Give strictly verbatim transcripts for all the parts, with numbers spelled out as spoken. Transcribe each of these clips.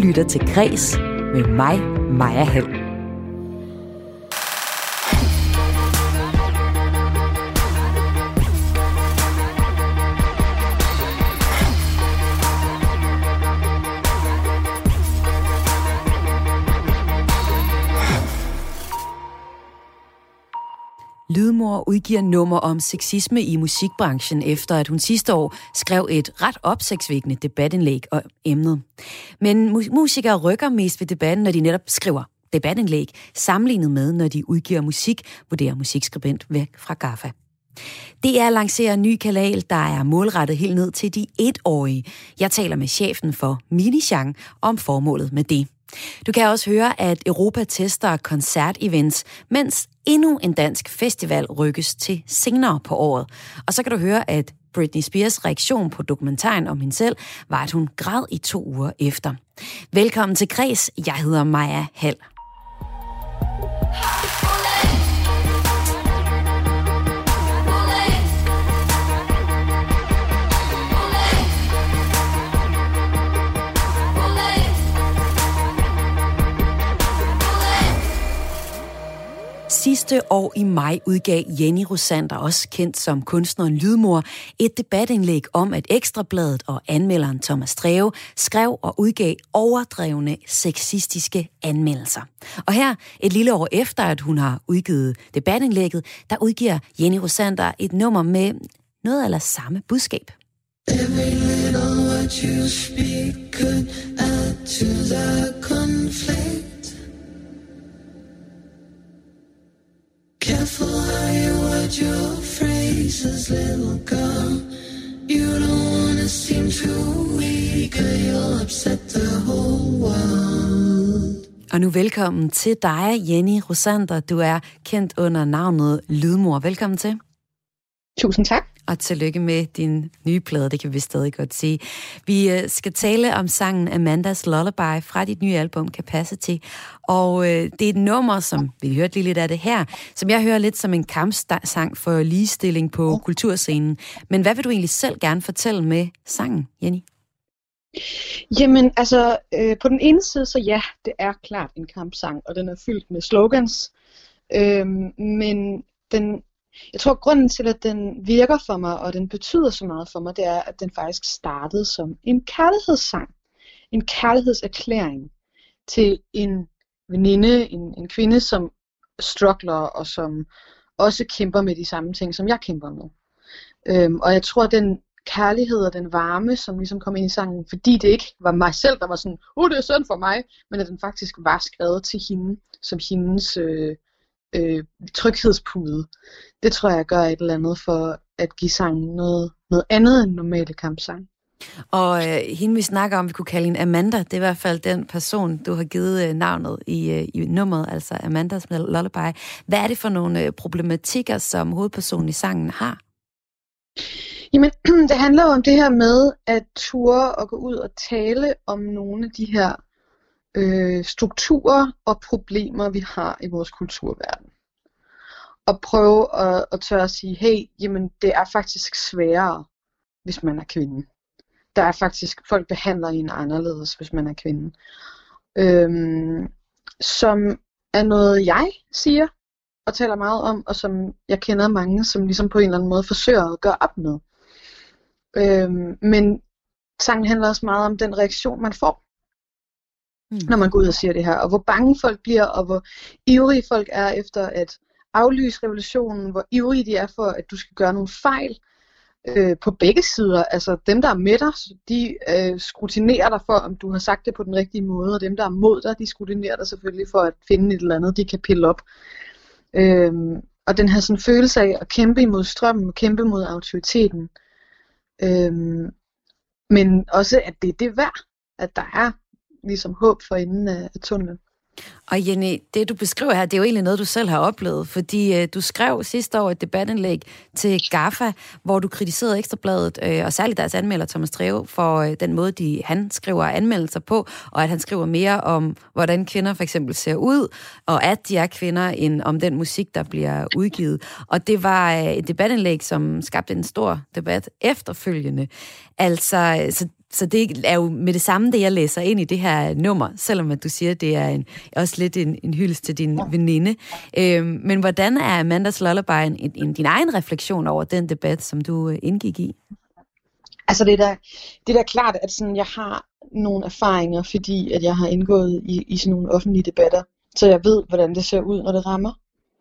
lytter til Græs med mig, Maja Hall. Lydmor udgiver nummer om sexisme i musikbranchen, efter at hun sidste år skrev et ret opsigtsvækkende debatindlæg om emnet. Men musikere rykker mest ved debatten, når de netop skriver debatindlæg, sammenlignet med, når de udgiver musik, vurderer musikskribent væk fra GAFFA. D R lancerer en ny kanal, der er målrettet helt ned til de etårige. Jeg taler med chefen for Minichang om formålet med det. Du kan også høre, at Europa tester koncertevents, mens endnu en dansk festival rykkes til senere på året. Og så kan du høre, at Britney Spears' reaktion på dokumentaren om hende selv var, at hun græd i to uger efter. Velkommen til Græs. Jeg hedder Maja Hall. Sidste år i maj udgav Jenny Rossander, også kendt som kunstneren Lydmor, et debatindlæg om, at Ekstrabladet og anmelderen Thomas Treve skrev og udgav overdrevne sexistiske anmeldelser. Og her, et lille år efter, at hun har udgivet debatindlægget, der udgiver Jenny Rossander et nummer med noget eller samme budskab. Every little word you speak could add to the conflict. Careful how you word your phrases, little girl. You don't wanna seem too weak, or you'll upset the whole world. Og nu velkommen til dig, Jenny Rossander. Du er kendt under navnet Lydmor. Velkommen til. Tusind tak. Og tillykke med din nye plade, det kan vi stadig godt sige. Vi skal tale om sangen Amandas Lullaby fra dit nye album Capacity. Og øh, det er et nummer, som vi hørte lige lidt af det her, som jeg hører lidt som en kampsang for ligestilling på kulturscenen. Men hvad vil du egentlig selv gerne fortælle med sangen, Jenny? Jamen, altså, øh, på den ene side, så ja, det er klart en kampsang, og den er fyldt med slogans. Øh, men den... Jeg tror, grunden til, at den virker for mig, og den betyder så meget for mig, det er, at den faktisk startede som en kærlighedssang. En kærlighedserklæring til en veninde, en, en kvinde, som struggler, og som også kæmper med de samme ting, som jeg kæmper med. Øhm, og jeg tror, at den kærlighed og den varme, som ligesom kom ind i sangen, fordi det ikke var mig selv, der var sådan, uh, det er synd for mig, men at den faktisk var skrevet til hende, som hendes... Øh, Øh, tryghedspude. Det tror jeg gør et eller andet for at give sangen noget, noget andet end normale kampsang. Og øh, hende vi snakker om, vi kunne kalde hende Amanda, det er i hvert fald den person, du har givet øh, navnet i, øh, i nummeret, altså Amandas Lullaby. Hvad er det for nogle øh, problematikker, som hovedpersonen i sangen har? Jamen, det handler jo om det her med at ture og gå ud og tale om nogle af de her Øh, strukturer og problemer, vi har i vores kulturverden. Og prøve at, at tørre at sige, hey, jamen det er faktisk sværere, hvis man er kvinde. Der er faktisk, folk behandler en anderledes, hvis man er kvinde. Øhm, som er noget, jeg siger og taler meget om, og som jeg kender mange, som ligesom på en eller anden måde forsøger at gøre op med. Øhm, men sangen handler også meget om den reaktion, man får, når man går ud og siger det her, og hvor bange folk bliver, og hvor ivrige folk er efter at aflyse revolutionen, hvor ivrige de er for, at du skal gøre nogle fejl øh, på begge sider. Altså dem, der er med dig, de øh, skrutinerer dig for, om du har sagt det på den rigtige måde, og dem, der er mod dig, de skrutinerer dig selvfølgelig for at finde et eller andet, de kan pille op. Øh, og den her sådan følelse af at kæmpe imod strømmen, kæmpe mod autoriteten. Øh, men også, at det er det værd, at der er ligesom håb for enden af tunnelen. Og Jenny, det du beskriver her, det er jo egentlig noget, du selv har oplevet, fordi øh, du skrev sidste år et debatindlæg til GAFFA, hvor du kritiserede Ekstrabladet, øh, og særligt deres anmelder Thomas Treve, for øh, den måde, de, han skriver anmeldelser på, og at han skriver mere om, hvordan kvinder for eksempel ser ud, og at de er kvinder, end om den musik, der bliver udgivet. Og det var øh, et debatindlæg, som skabte en stor debat efterfølgende. Altså, så så det er jo med det samme, det jeg læser ind i det her nummer, selvom at du siger, at det er en, også lidt en, en hyldest til din veninde. Øhm, men hvordan er Amanda's Lullaby en, en, din egen refleksion over den debat, som du indgik i? Altså det er da, det er da klart, at sådan, jeg har nogle erfaringer, fordi at jeg har indgået i, i sådan nogle offentlige debatter, så jeg ved, hvordan det ser ud, når det rammer.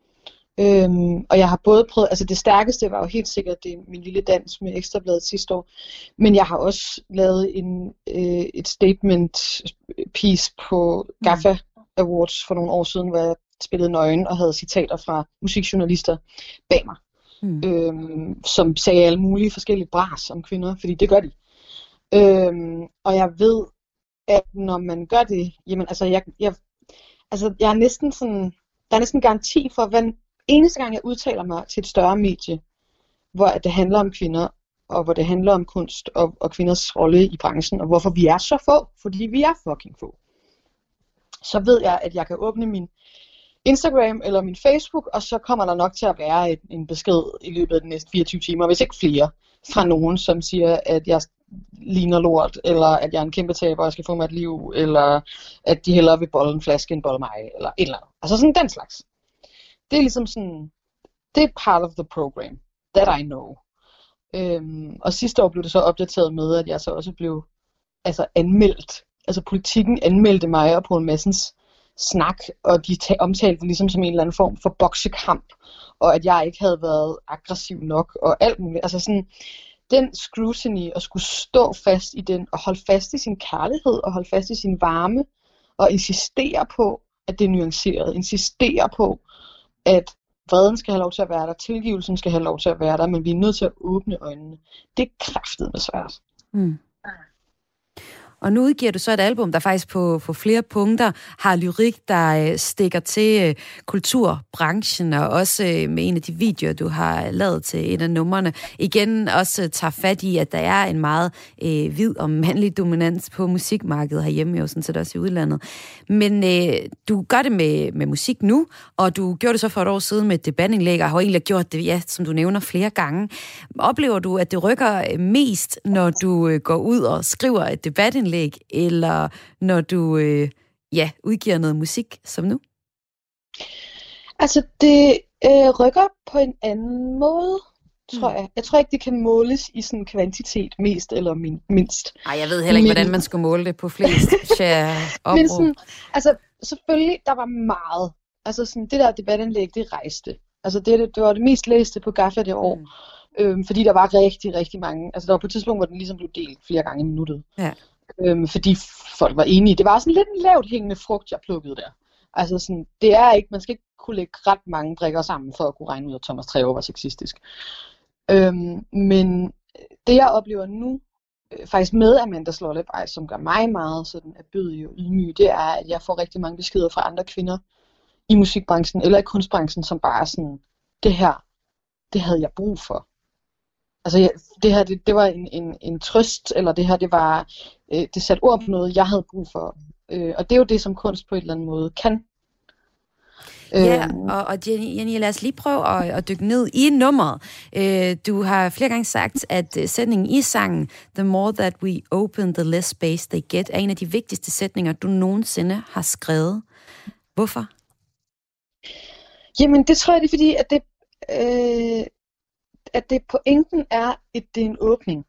Øhm, og jeg har både prøvet, altså det stærkeste var jo helt sikkert det min lille dans med Ekstra Bladet sidste år, men jeg har også lavet en, øh, et statement piece på GAFFA Awards for nogle år siden, hvor jeg spillede nøgen og havde citater fra musikjournalister bag mig, mm. øhm, som sagde alle mulige forskellige bras om kvinder, fordi det gør de. Øhm, og jeg ved, at når man gør det, jamen altså jeg, jeg, altså jeg er næsten sådan, der er næsten garanti for, hvad eneste gang jeg udtaler mig til et større medie, hvor det handler om kvinder, og hvor det handler om kunst og, og kvinders rolle i branchen, og hvorfor vi er så få, fordi vi er fucking få, så ved jeg, at jeg kan åbne min Instagram eller min Facebook, og så kommer der nok til at være et, en besked i løbet af de næste fireogtyve timer, hvis ikke flere, fra nogen, som siger, at jeg ligner lort, eller at jeg er en kæmpe taber, og jeg skal få mig et liv, eller at de hellere vil bolle en flaske end bolle mig, eller et eller andet. Altså sådan den slags. Det er ligesom sådan, det er part of the program, that I know. Øhm, og sidste år blev det så opdateret med, at jeg så også blev altså anmeldt. Altså Politikken anmeldte mig og Poul Madsens snak, og de ta- omtalte det ligesom som en eller anden form for boksekamp, og at jeg ikke havde været aggressiv nok, og alt muligt. Altså sådan, den scrutiny at skulle stå fast i den, og holde fast i sin kærlighed, og holde fast i sin varme, og insistere på, at det er nuanceret, insistere på, at vreden skal have lov til at være der, tilgivelsen skal have lov til at være der, men vi er nødt til at åbne øjnene. Det er kraftedeme svært. Mm. Og nu udgiver du så et album, der faktisk på, på flere punkter har lyrik, der øh, stikker til øh, kulturbranchen, og også øh, med en af de videoer, du har lavet til en af numrene, igen også øh, tager fat i, at der er en meget øh, hvid og mandlig dominans på musikmarkedet herhjemme, jo sådan set også i udlandet. Men øh, du gør det med, med musik nu, og du gjorde det så for et år siden med et debatindlæg, og har egentlig gjort det, ja, som du nævner, flere gange. Oplever du, at det rykker mest, når du øh, går ud og skriver et debatindlæg, eller når du øh, ja, udgiver noget musik som nu? Altså, det øh, rykker på en anden måde, tror mm. jeg. Jeg tror ikke, det kan måles i sådan kvantitet mest eller min, mindst. Ej, jeg ved heller ikke, Men, hvordan man skulle måle det på flest share opråb. Men sådan, altså, selvfølgelig, der var meget. Altså, sådan, det der debatindlæg, det rejste. Altså, det, det var det mest læste på GAFFA det år. Mm. Øhm, fordi der var rigtig, rigtig mange. Altså, der var på et tidspunkt, hvor den ligesom blev delt flere gange i minuttet. Ja. Øhm, fordi folk var enige. Det var sådan lidt en lavt hængende frugt, jeg plukkede der. Altså sådan, det er ikke, man skal ikke kunne lægge ret mange brikker sammen, for at kunne regne ud, at Thomas Treve var sexistisk. Øhm, men det jeg oplever nu, øh, faktisk med Amanda's Lullaby, som gør mig meget sådan erbødig og ydmyg, det er, at jeg får rigtig mange beskeder fra andre kvinder i musikbranchen, eller i kunstbranchen, som bare er sådan, det her, det havde jeg brug for. Altså, ja, det her, det, det var en, en, en trøst, eller det her, det var, øh, det satte ord på noget, jeg havde brug for. Øh, og det er jo det, som kunst på en eller anden måde kan. Ja, og, og Jenny, Jenny, lad os lige prøve at, at dykke ned i nummeret. Øh, du har flere gange sagt, at sætningen i sangen, "The more that we open, the less space they get", er en af de vigtigste sætninger, du nogensinde har skrevet. Hvorfor? Jamen, det tror jeg, det er fordi, at det... Øh at det pointen er, at det er en åbning.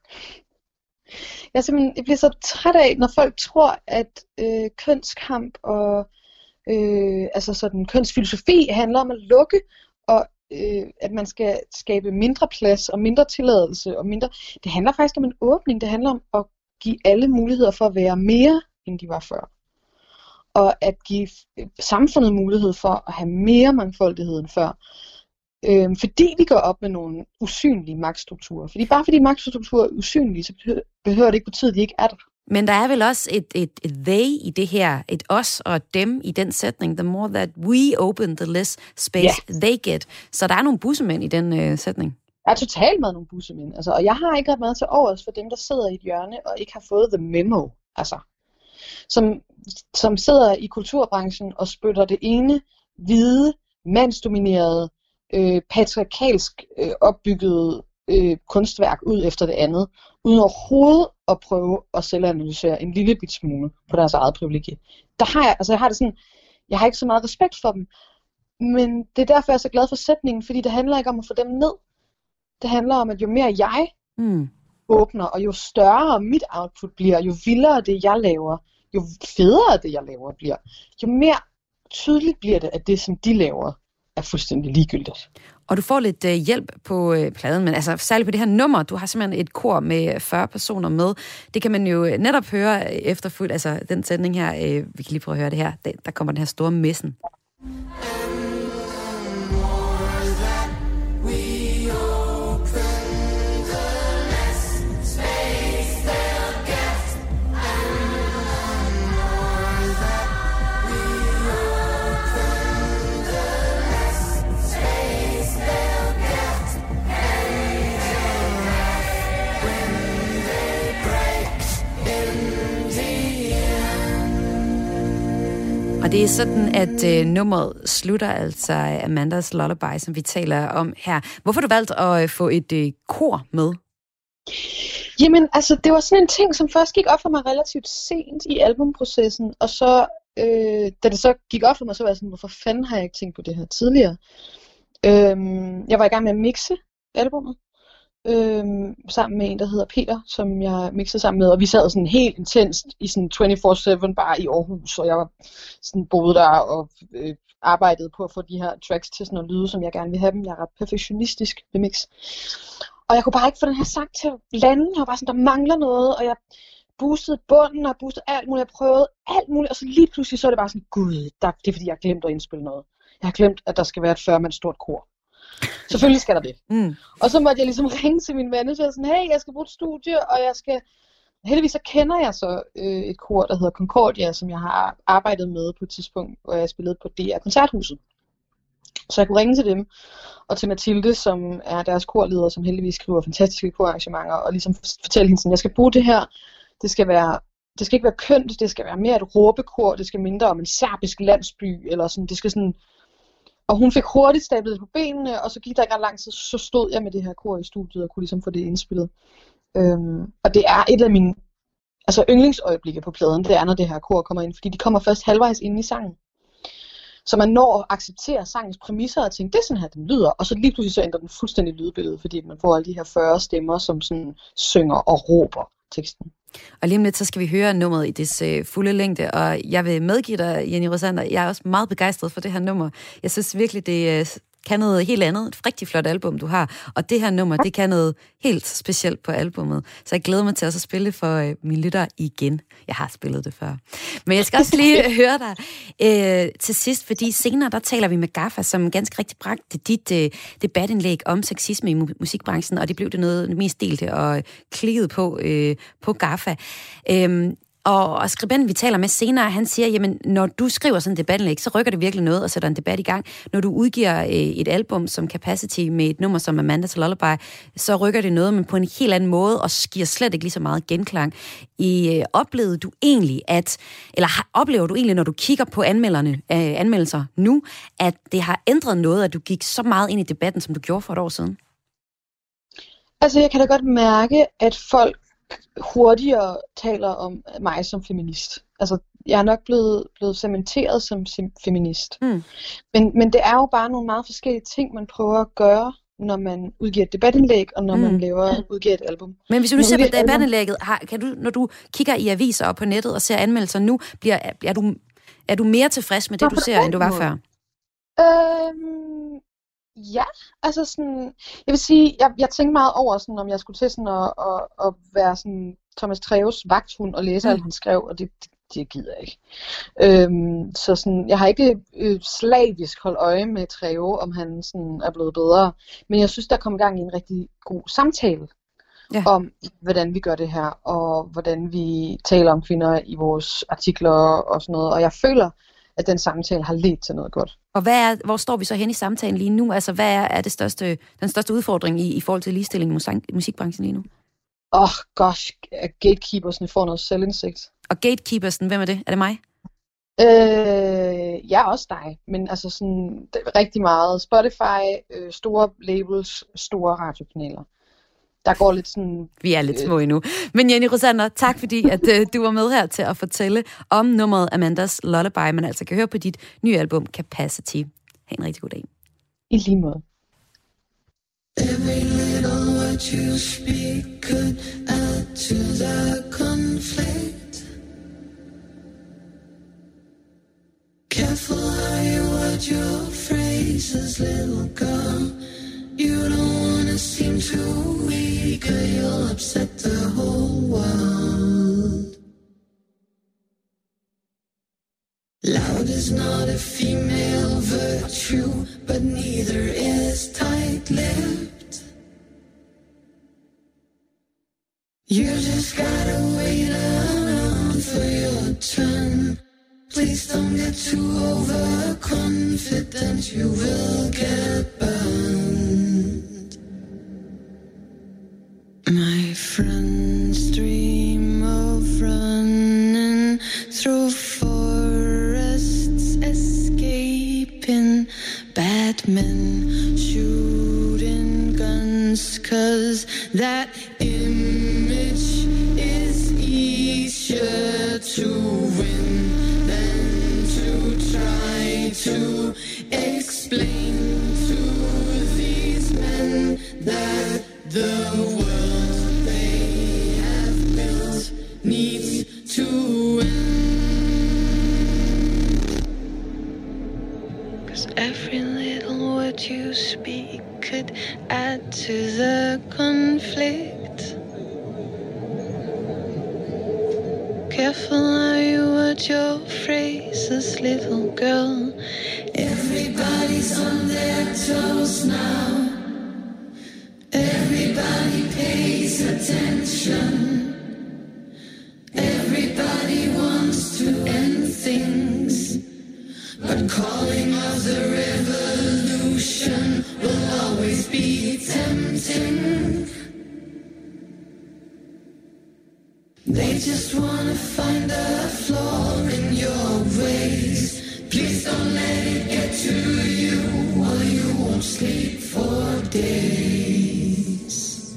Jeg, simpelthen, jeg bliver så træt af, når folk tror, at øh, kønskamp og øh, altså sådan, kønsfilosofi handler om at lukke, og øh, at man skal skabe mindre plads og mindre tilladelse. Og mindre. Det handler faktisk om en åbning. Det handler om at give alle muligheder for at være mere, end de var før. Og at give samfundet mulighed for at have mere mangfoldighed end før. Øhm, fordi vi går op med nogle usynlige magtstrukturer. Fordi bare fordi magtstrukturer er usynlige, så behøver det ikke betyde, at de ikke er der. Men der er vel også et, et, et they i det her, et os og et dem i den sætning. The more that we open, the less space yeah. they get. Så der er nogle bussemænd i den øh, sætning. Der er totalt meget nogle bussemænd. Altså, og jeg har ikke ret meget til overs for dem, der sidder i et hjørne og ikke har fået the memo. Altså, som, som sidder i kulturbranchen og spytter det ene hvide, mandsdominerede, Øh, patriarkalsk øh, opbygget øh, kunstværk ud efter det andet, uden overhovedet at prøve at selvanalysere en lille bit smule på deres eget privilegie. Der har jeg, altså jeg har det sådan, jeg har ikke så meget respekt for dem, men det er derfor, jeg er så glad for sætningen, fordi det handler ikke om at få dem ned. Det handler om, at jo mere jeg mm. åbner, og jo større mit output bliver, jo vildere det, jeg laver, jo federe det, jeg laver, bliver, jo mere tydeligt bliver det, at det, som de laver, er fuldstændig ligegyldigt. Og du får lidt øh, hjælp på øh, pladen, men altså særligt på det her nummer, du har simpelthen et kor med fyrre personer med. Det kan man jo netop høre efterfuldt, altså den sætning her, øh, vi kan lige prøve at høre det her, der kommer den her store messen. Og det er sådan, at øh, nummeret slutter, altså Amandas Lullaby, som vi taler om her. Hvorfor har du valgt at øh, få et øh, kor med? Jamen, altså, det var sådan en ting, som først gik op for mig relativt sent i albumprocessen, og så, øh, da det så gik op for mig, så var jeg sådan, hvorfor fanden har jeg ikke tænkt på det her tidligere? Øhm, jeg var i gang med at mixe albummet, øhm, sammen med en, der hedder Peter, som jeg mixede sammen med, og vi sad sådan helt intenst i sådan tyve-fire syv bare i Aarhus, og jeg var sådan boede der og øh, arbejdede på at få de her tracks til sådan at lyde, som jeg gerne vil have dem. Jeg er ret perfektionistisk ved mix. Og jeg kunne bare ikke få den her sang til at lande. Jeg var bare sådan, der mangler noget, og jeg boostede bunden og boostede alt muligt. Jeg prøvede alt muligt, og så lige pludselig så er det bare sådan, gud, der, det er fordi, jeg har glemt at indspille noget. Jeg har glemt, at der skal være et fyrre mand stort kor. Selvfølgelig skal der det. Mm. Og så måtte jeg ligesom ringe til min manager og sådan, hey, jeg skal bruge et studie, og jeg skal... Heldigvis så kender jeg så øh, et kor, der hedder Concordia, som jeg har arbejdet med på et tidspunkt, hvor jeg spillede på D R Koncerthuset. Så jeg kunne ringe til dem, og til Mathilde, som er deres korleder, som heldigvis skriver fantastiske korarrangementer, og ligesom fortælle hende sådan, jeg skal bruge det her, det skal være... Det skal ikke være kønt, det skal være mere et råbekor, det skal mindre om en serbisk landsby, eller sådan, det skal sådan... Og hun fik hurtigt stablet på benene, og så gik der ikke ret lang tid, så stod jeg med det her kor i studiet, og kunne ligesom få det indspillet. Øhm, og det er et af mine altså yndlingsøjeblikke på pladen, det er, når det her kor kommer ind, fordi de kommer først halvvejs ind i sangen. Så man når at acceptere sangens præmisser og tænke, det er sådan her, den lyder, og så lige pludselig så ændrer den fuldstændig lydbillede, fordi man får alle de her fyrre stemmer, som sådan synger og råber teksten. Og lige om lidt, så skal vi høre nummeret i dets øh, fulde længde, og jeg vil medgive dig, Jenny Rossander, jeg er også meget begejstret for det her nummer. Jeg synes virkelig, det øh, kan noget helt andet. Et rigtig flot album, du har. Og det her nummer, det kan noget helt specielt på albummet. Så jeg glæder mig til også at spille for øh, mine lyttere igen. Jeg har spillet det før. Men jeg skal også lige høre dig øh, til sidst, fordi senere, der taler vi med Gaffa, som ganske rigtig bragte dit øh, debatindlæg om sexisme i mu- musikbranchen, og det blev det noget det mest delte og klikket på, øh, på Gaffa. Øh, Og, og skribenten, vi taler med senere, han siger, jamen, når du skriver sådan et debatindlæg, så rykker det virkelig noget og sætter en debat i gang. Når du udgiver øh, et album som Capacity med et nummer som Amandas Lullaby, så rykker det noget, men på en helt anden måde, og giver slet ikke lige så meget genklang. I øh, oplevede du egentlig, at, eller har, oplever du egentlig, når du kigger på anmelderne, øh, anmeldelser nu, at det har ændret noget, at du gik så meget ind i debatten, som du gjorde for et år siden? Altså, jeg kan da godt mærke, at folk hurtigere taler om mig som feminist. Altså, jeg er nok blevet, blevet cementeret som feminist. Mm. Men, men det er jo bare nogle meget forskellige ting, man prøver at gøre, når man udgiver et debatindlæg, og når mm. man laver, udgiver et album. Men hvis du nu ser på debatindlægget, har, kan du, når du kigger i aviser og på nettet og ser anmeldelser nu, bliver, er, du, er du mere tilfreds med det, du ser, end du var før? Øhm, ja, altså sådan, jeg vil sige, jeg, jeg tænkte meget over, sådan, om jeg skulle til sådan at, at, at være sådan Thomas Treves vagthund og læse mm. alt, han skrev, og det, det, det gider jeg ikke. Øhm, så sådan, jeg har ikke øh, slavisk holdt øje med Treve, om han sådan er blevet bedre, men jeg synes, der kom i gang i en rigtig god samtale ja. om, hvordan vi gør det her, og hvordan vi taler om kvinder i vores artikler og sådan noget, og jeg føler, at den samtale har ledt til noget godt. Og hvad er, hvor står vi så hen i samtalen lige nu? Altså, hvad er, er det største, den største udfordring i, i forhold til ligestilling i musik, musikbranchen lige nu? Åh, oh, gosh, gatekeepersne får noget selvindsigt. Og gatekeepersen, hvem er det? Er det mig? Øh, ja, også dig. Men altså sådan, det er rigtig meget. Spotify, øh, store labels, store radiokanaler. der går lidt sådan... Vi er lidt små endnu. Men Jenny Rosander, tak fordi, at uh, du var med her til at fortælle om nummeret Amandas Lullaby, man altså kan høre på dit nye album Capacity. Ha' en rigtig god dag. I lige måde. Every little word you speak could add to the conflict. Careful how you word your phrases, little girl. You don't wanna seem too weak, or you'll upset the whole world. Loud is not a female virtue, but neither is tight-lipped. You just gotta wait around for your turn. Please don't get too overconfident, you will get burned. My friends dream of running through forests, escaping bad men, shooting guns, 'cause that image is easier to win to explain to these men that the world they have built needs to end. 'Cause every little word you speak could add to the conflict. Careful how you word your phrases, little girl. Everybody's on their toes now. Everybody pays attention. Everybody wants to end things, but calling of the revolution will always be tempting. They just wanna find a flaw in your ways. Please don't let it get to you, or you won't sleep for days.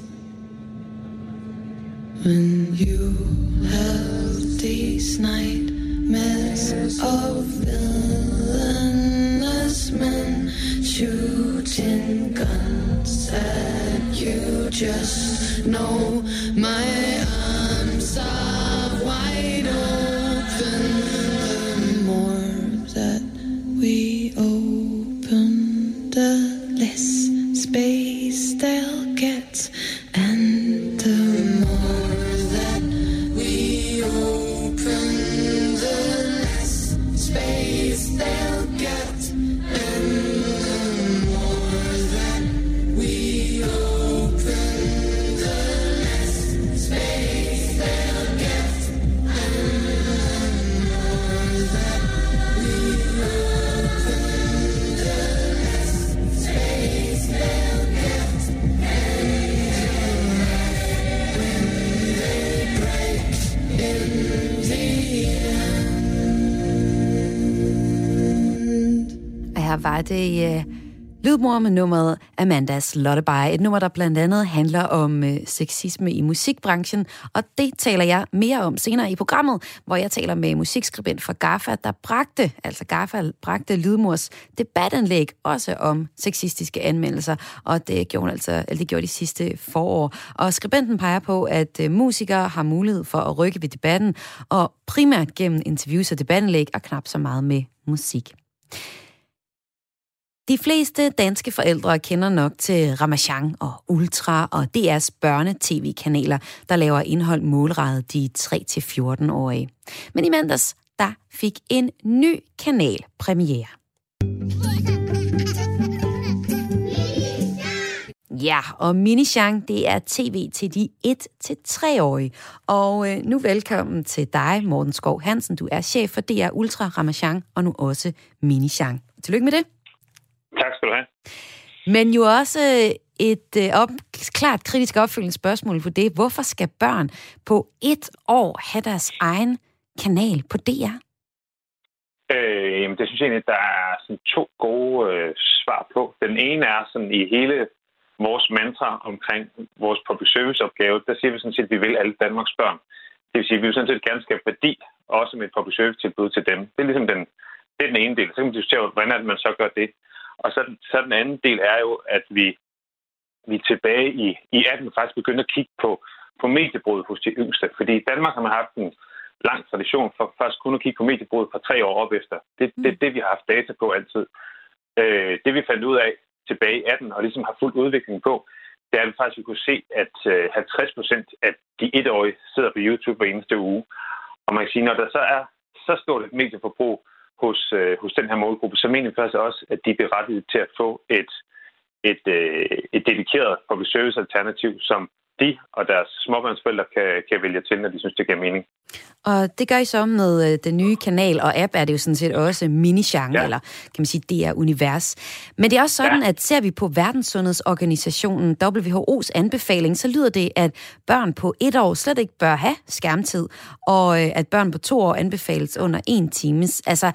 When you have these nightmares of villainous men shooting guns at you, just know my arms are wide open. The more that we open, the less space they'll get, and the more that we open, the less space they'll get, and the more that we open, the less space they'll get, and the more that we open, the less space they'll get, and when they break in the end. Og her var det uh, lydmor med nummeret Amandas Lullaby. Et nummer, der blandt andet handler om uh, sexisme i musikbranchen. Og det taler jeg mere om senere i programmet, hvor jeg taler med musikskribent fra GAFFA, der bragte, altså GAFFA bragte lydmors debatanlæg også om sexistiske anmeldelser. Og det gjorde hun altså, eller det gjorde de sidste forår. Og skribenten peger på, at uh, musikere har mulighed for at rykke ved debatten, og primært gennem interviews og debatanlæg, og knap så meget med musik. De fleste danske forældre kender nok til Ramasjang og Ultra og D R's børne-tv-kanaler, der laver indhold målrettet de tre til fjorten-årige. Men i mandags, der fik en ny kanal premiere. Ja, og Minishang, det er tv til de et til tre-årige. Og øh, nu velkommen til dig, Morten Skov Hansen. Du er chef for D R Ultra, Ramasjang og nu også Minishang. Tillykke med det. Tak skal du have. Men jo også et øh, op, klart kritisk opfølgende spørgsmål for det. Hvorfor skal børn på et år have deres egen kanal på D R? Øh, jamen, det synes jeg egentlig, der er sådan to gode øh, svar på. Den ene er sådan i hele vores mantra omkring vores public service opgave, der siger vi sådan set, at vi vil alle Danmarks børn. Det vil sige, at vi vil sådan set gerne skabe værdi, også med et public service tilbud til dem. Det er ligesom den, det er den ene del. Så kan man diskutere, hvordan man så gør det. Og så, så den anden del er jo, at vi, vi tilbage i, i atten faktisk begyndte at kigge på, på mediebruget hos de yngste. Fordi i Danmark har man haft en lang tradition for faktisk kun at kigge på mediebruget fra tre år op efter. Det er det, det, vi har haft data på altid. Øh, det vi fandt ud af tilbage i atten og ligesom har fuld udvikling på, det er, at vi faktisk kunne se, at halvtreds procent af de etårige sidder på YouTube hver eneste uge. Og man kan sige, når der så er så stort et medieforbrug hos, øh, hos den her målgruppe, så mener vi faktisk også, at de er berettiget til at få et, et, øh, et dedikeret public service alternativ, som de og deres småbørnsforældre kan, kan vælge til, når de synes, det giver mening. Og det gør I så med øh, den nye kanal og app, er det jo sådan set også mini-genre, ja. Eller kan man sige, det er univers. Men det er også sådan, ja. At ser vi på Verdenssundhedsorganisationen W H O's anbefaling, så lyder det, at børn på et år slet ikke bør have skærmtid, og øh, at børn på to år anbefales under en times. Altså,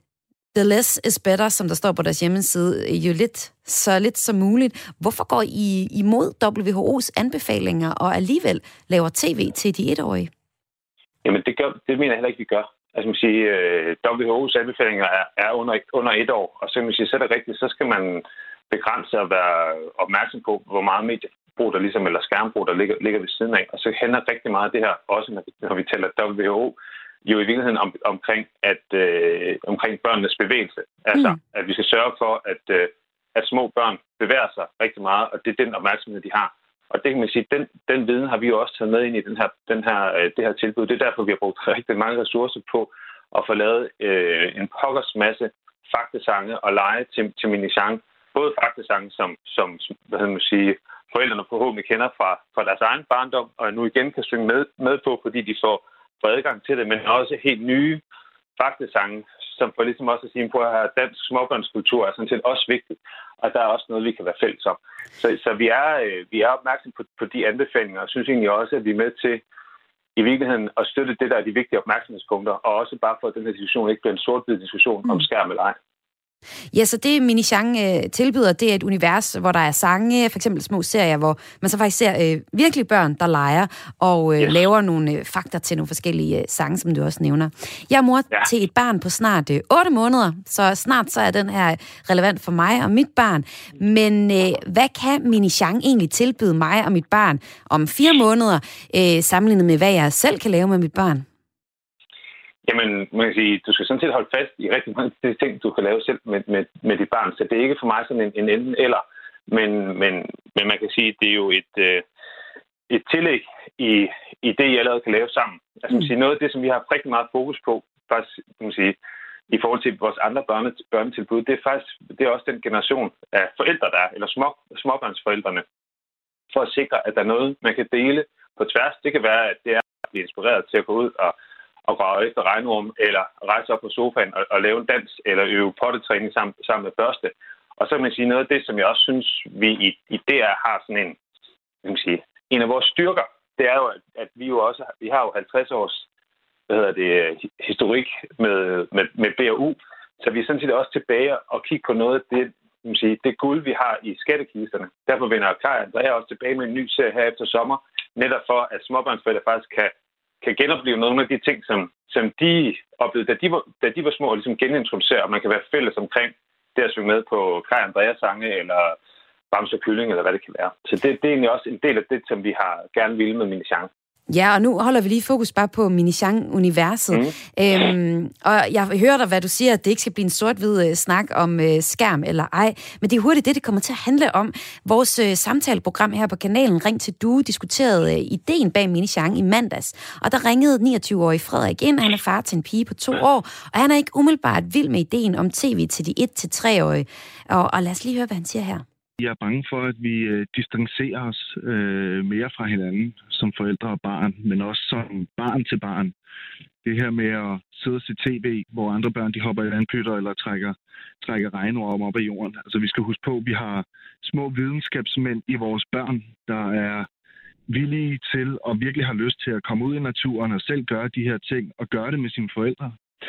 the less is better, som der står på deres hjemmeside, jo lidt så lidt som muligt. Hvorfor går I imod W H O's anbefalinger og alligevel laver tv til de etårige? Jamen, det, gør, det mener jeg heller ikke, vi gør. Altså, man siger, W H O's anbefalinger er, er under, under et år, og så kan man sige, så er det rigtigt, så skal man begrænse og være opmærksom på, hvor meget mediebrug der ligesom, eller skærmbrug, der ligger, ligger ved siden af. Og så handler rigtig meget af det her, også når vi, når vi taler W H O, jo i virkeligheden om, omkring, at, øh, omkring børnenes bevægelse. Altså, mm. at vi skal sørge for, at, øh, at små børn bevæger sig rigtig meget, og det er den opmærksomhed, de har. Og det kan man sige, den, den viden har vi jo også taget med ind i den her, den her, øh, det her tilbud. Det er derfor, vi har brugt rigtig mange ressourcer på at få lavet øh, en pokkers masse faktasange og lege til, til mini-genre. Både faktasange, som, som hvad hedder man sige, forældrene forhåbentlig kender fra, fra deres egen barndom, og nu igen kan synge med, med på, fordi de får for adgang til det, men også helt nye faktasange, som for ligesom også at sige, på at dansk småbørnskultur er sådan set også vigtigt, og der er også noget, vi kan være fælles om. Så, så vi er, vi er opmærksom på, på de anbefalinger, og synes egentlig også, at vi er med til i virkeligheden at støtte det, der er de vigtige opmærksomhedspunkter, og også bare for, at den her diskussion ikke bliver en sort-hvid diskussion mm. om skærm eller ej. Ja, så det mini-genre tilbyder, det er et univers, hvor der er sange, for eksempel små serier, hvor man så faktisk ser øh, virkelig børn, der leger og øh, yes. laver nogle øh, fakta til nogle forskellige øh, sange, som du også nævner. Jeg er mor ja. til et barn på snart øh, otte måneder, så snart så er den her relevant for mig og mit barn. Men øh, hvad kan mini-genre egentlig tilbyde mig og mit barn om fire måneder, øh, sammenlignet med, hvad jeg selv kan lave med mit barn? Jamen, man kan sige, du skal sådan set holde fast i rigtig mange af de ting, du kan lave selv med, med, med dit barn. Så det er ikke for mig sådan en, en enten eller. Men, men, men man kan sige, at det er jo et, øh, et tillæg i, i det, I allerede kan lave sammen. Altså, man kan sige, noget af det, som vi har rigtig meget fokus på, faktisk, man kan sige, i forhold til vores andre børne, børnetilbud, det er faktisk det er også den generation af forældre, der er, eller små, småbørnsforældrene, for at sikre, at der er noget, man kan dele på tværs. Det kan være, at det er at blive inspireret til at gå ud og og grave efter regnrum, eller rejse op på sofaen og, og lave en dans, eller øve pottetræning sammen, sammen med børste. Og så kan man sige, noget af det, som jeg også synes, vi i, i D R har sådan en, kan man sige, en af vores styrker, det er jo, at, at vi jo også, vi har jo halvtreds års, hvad hedder det, historik med, med, med B og U, så vi er sådan set også tilbage og kigge på noget af det, kan man sige, det guld, vi har i skattekisterne. Derfor vender Kaj og Andrea også tilbage med en ny serie her efter sommer, netop for, at småbørnsforældre faktisk kan kan genopleve nogle af de ting, som, som de oplevede, da de var, da de var små, og ligesom genintroducere, og man kan være fælles omkring det at synge med på Kaj og Andreas sange, eller Bamse og Kylling, eller hvad det kan være. Så det, det er egentlig også en del af det, som vi har gerne ville med mini-genre. Ja, og nu holder vi lige fokus bare på mini-genre-universet. Mm. Øhm, og jeg hører dig, hvad du siger, at det ikke skal blive en sort-hvid snak om øh, skærm eller ej, men det er hurtigt det, det kommer til at handle om. Vores øh, samtaleprogram her på kanalen, Ring til Due, diskuterede øh, ideen bag mini-genre i mandags. Og der ringede niogtyve-årige Frederik ind, han er far til en pige på to år, og han er ikke umiddelbart vild med ideen om tv til de et til tre-årige. Og, og lad os lige høre, hvad han siger her. Jeg er bange for, at vi øh, distancerer os øh, mere fra hinanden som forældre og barn, men også som barn til barn. Det her med at sidde og se tv, hvor andre børn de hopper i vandpytter eller trækker, trækker regnorm op af jorden. Altså vi skal huske på, at vi har små videnskabsmænd i vores børn, der er villige til og virkelig har lyst til at komme ud i naturen og selv gøre de her ting og gøre det med sine forældre.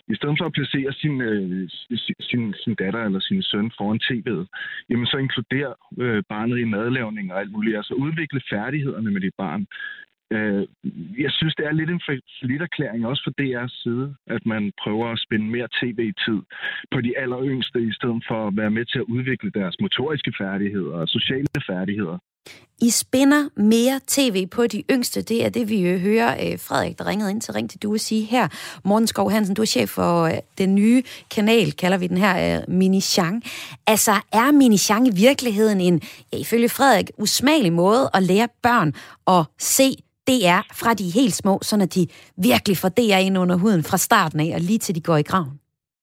I stedet for at placere sin, øh, sin, sin datter eller sin søn foran tv'et, jamen så inkluderer øh, barnet i madlavning og alt muligt. Altså udvikle færdighederne med dit barn. Øh, jeg synes, det er lidt en falliterklæring også for D R's side, at man prøver at spænde mere tv-tid på de alleryngste, i stedet for at være med til at udvikle deres motoriske færdigheder og sociale færdigheder. I spænder mere tv på de yngste. Det er det, vi hører Frederik, der ringede ind til Ring til Due, sige her. Morten Skov Hansen, du er chef for den nye kanal, kalder vi den her, Mini-Chang. Altså, er Mini-Chang i virkeligheden en, ja, ifølge Frederik, usmagelig måde at lære børn at se D R fra de helt små, så at de virkelig får D R ind under huden fra starten af, og lige til de går i graven?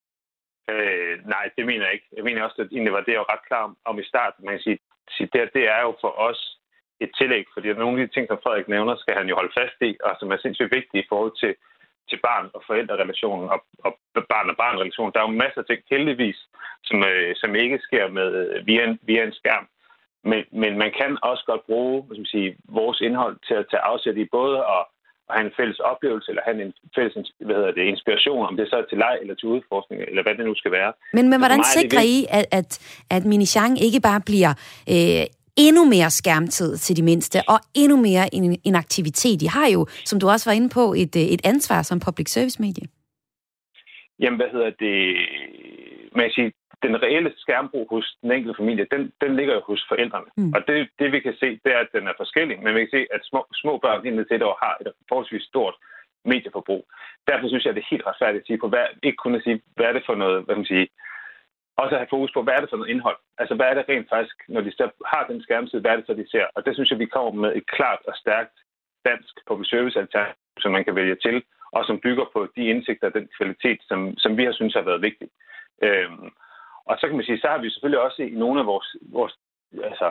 Øh, nej, det mener jeg ikke. Jeg mener også, at egentlig var det jo ret klar om i starten. Man kan sige, det, det er jo for os et tillæg, fordi nogle af de ting, som Frederik nævner, skal han jo holde fast i, og som er sindssygt vigtige i forhold til, til barn- og forældrerelationen og, og barn- og barn-relationen. Der er jo masser af ting, heldigvis, som, øh, som ikke sker med, via, en, via en skærm. Men, men man kan også godt bruge, hvad skal man sige, vores indhold til at tage afsæt i både at, at have en fælles oplevelse, eller have en fælles, hvad hedder det, inspiration, om det så er til leg eller til udforskning, eller hvad det nu skal være. Men, men hvordan sikrer I, at, at, at Mini-Chang ikke bare bliver øh, endnu mere skærmtid til de mindste, og endnu mere en, en aktivitet? I har jo, som du også var inde på, et, et ansvar som public service medie. Jamen, hvad hedder det? Man kan sige, den reelle skærmbrug hos den enkelte familie, den, den ligger jo hos forældrene. Mm. Og det, det vi kan se, det er, at den er forskellig. Men vi kan se, at små, små børn indtil til et år har et forholdsvis stort medieforbrug. Derfor synes jeg, det er helt retfærdigt at sige på, hvad, ikke kun at sige, hvad er det for noget, hvad man siger, også at have fokus på, hvad er det for noget indhold? Altså, hvad er det rent faktisk, når de har den skærmtid, hvad er det så, de ser? Og det synes jeg, vi kommer med et klart og stærkt dansk public service alternativ, som man kan vælge til, og som bygger på de indsigter og den kvalitet, som, som vi har synes har været vigtig. Øhm, og så kan man sige, så har vi selvfølgelig også i nogle af vores, vores altså,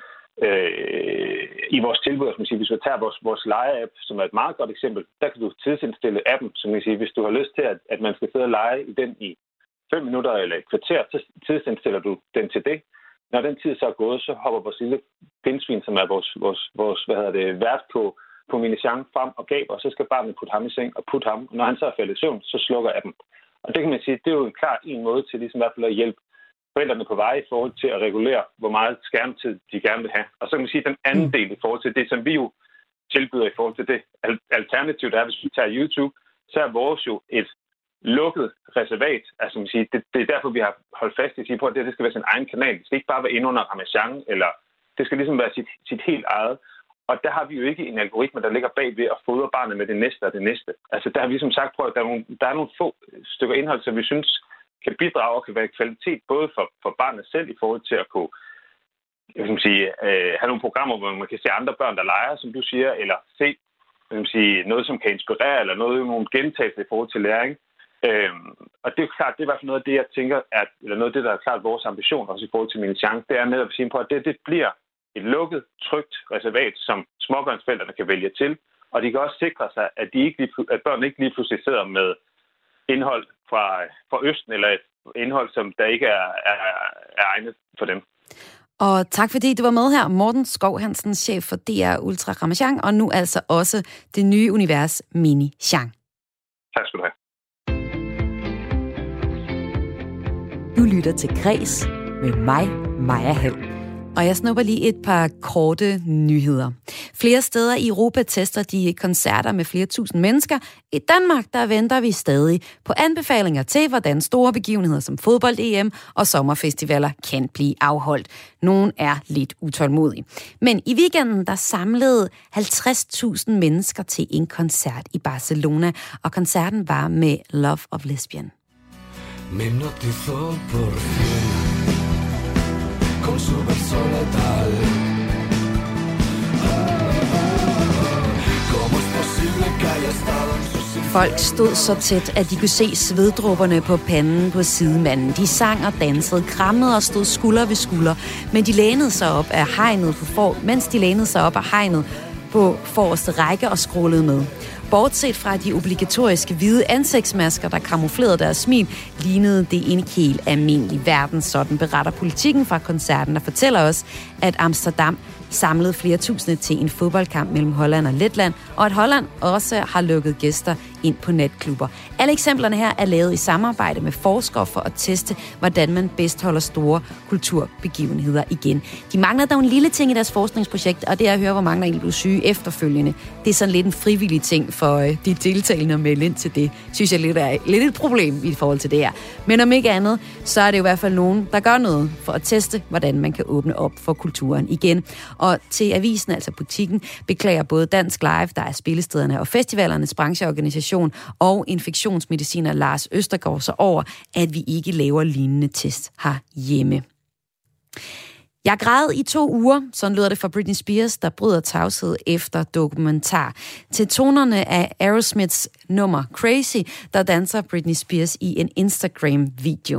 øh, i vores tilbud, som man siger, hvis vi tager vores, vores lege-app, som er et meget godt eksempel, der kan du tidsindstille appen, som man siger, hvis du har lyst til, at, at man skal sidde og lege i den i fem minutter eller et kvarter, så tidsindstiller du den til det. Når den tid så er gået, så hopper vores lille pindsvin, som er vores, vores, vores hvad hedder det, vært på, på Mini-Chang frem og gaber, og så skal barnet putte ham i seng og putte ham. Og når han så er faldet i søvn, så slukker appen. Og det kan man sige, det er jo en klar en måde til ligesom i hvert fald at hjælpe forældrene på vej i forhold til at regulere, hvor meget skærmtid de gerne vil have. Og så kan man sige, den anden del i forhold til det, som vi jo tilbyder i forhold til det alternativ, der er, hvis vi tager YouTube, så er vores jo et lukket reservat. Altså man siger, det, det er derfor, vi har holdt fast i at sige på, at det, det skal være sin egen kanal. Det skal ikke bare være inde under Ramachan, eller det skal ligesom være sit, sit helt eget. Og der har vi jo ikke en algoritme, der ligger bagved at fodre barnet med det næste og det næste. Altså der har vi som sagt prøvet, at der er nogle, der er nogle få stykker indhold, som vi synes kan bidrage og kan være kvalitet, både for, for barnet selv i forhold til at kunne jeg vil sige, øh, have nogle programmer, hvor man kan se andre børn, der leger, som du siger, eller se jeg vil sige, noget, som kan inspirere, eller noget, nogle gentagelser i forhold til læring. Øhm, og det er klart, det er i hvert fald noget af det, jeg tænker, at, eller noget af det, der er klart vores ambition også i forhold til Mini-Chang, det er netop at sige på, at det, det bliver et lukket, trygt reservat, som småbørnsforældrene kan vælge til, og de kan også sikre sig, at, de ikke lige, at børn ikke lige pludselig sidder med indhold fra, fra Østen, eller et indhold, som der ikke er, er, er egnet for dem. Og tak fordi du var med her, Morten Skov Hansen, chef for D R Ultra Ramachan, og nu altså også det nye univers Mini-Chang. Tak skal du have. Du lytter til Kres med mig, Maja Hall. Og jeg snupper lige et par korte nyheder. Flere steder i Europa tester de koncerter med flere tusind mennesker. I Danmark, der venter vi stadig på anbefalinger til, hvordan store begivenheder som fodbold-E M og sommerfestivaler kan blive afholdt. Nogen er lidt utålmodige. Men i weekenden, der samlede halvtreds tusind mennesker til en koncert i Barcelona, og koncerten var med Love of Lesbian. Me hipnotizó por fin con su verso letal. ¿Cómo es posible que haya estado en su sinfonía? Folk stod så tæt, at de kunne se sveddråberne på panden på sidemanden. De sang og dansede, krammede og stod skulder ved skulder, men de lænede sig op af hegnet på for, mens de lænede sig op af hegnet på forreste række og skrålede med. Bortset fra de obligatoriske hvide ansigtsmasker, der kamuflerede deres smil, lignede det en helt almindelig verden. Sådan beretter Politikken fra koncerten, der fortæller os, at Amsterdam samlede flere tusinde til en fodboldkamp mellem Holland og Letland, og at Holland også har lukket gæster ind på natklubber. Alle eksemplerne her er lavet i samarbejde med forskere for at teste, hvordan man bedst holder store kulturbegivenheder igen. De mangler dog en lille ting i deres forskningsprojekt, og det er at høre, hvor mange der egentlig blev syge efterfølgende. Det er sådan lidt en frivillig ting for øh, de deltagende at melde ind til det. Synes jeg lidt er lidt et problem i forhold til det her. Men om ikke andet, så er det jo i hvert fald nogen, der gør noget for at teste, hvordan man kan åbne op for kulturen igen. Og til avisen, altså butikken, beklager både Dansk Live, der er spillestederne og festivalernes brancheorganisation, og infektionsmediciner Lars Østergaard så over, at vi ikke laver lignende test herhjemme. Jeg græd i to uger, sådan lyder det fra Britney Spears, der bryder tavshed efter dokumentar. Til tonerne af Aerosmiths nummer Crazy, der danser Britney Spears i en Instagram-video.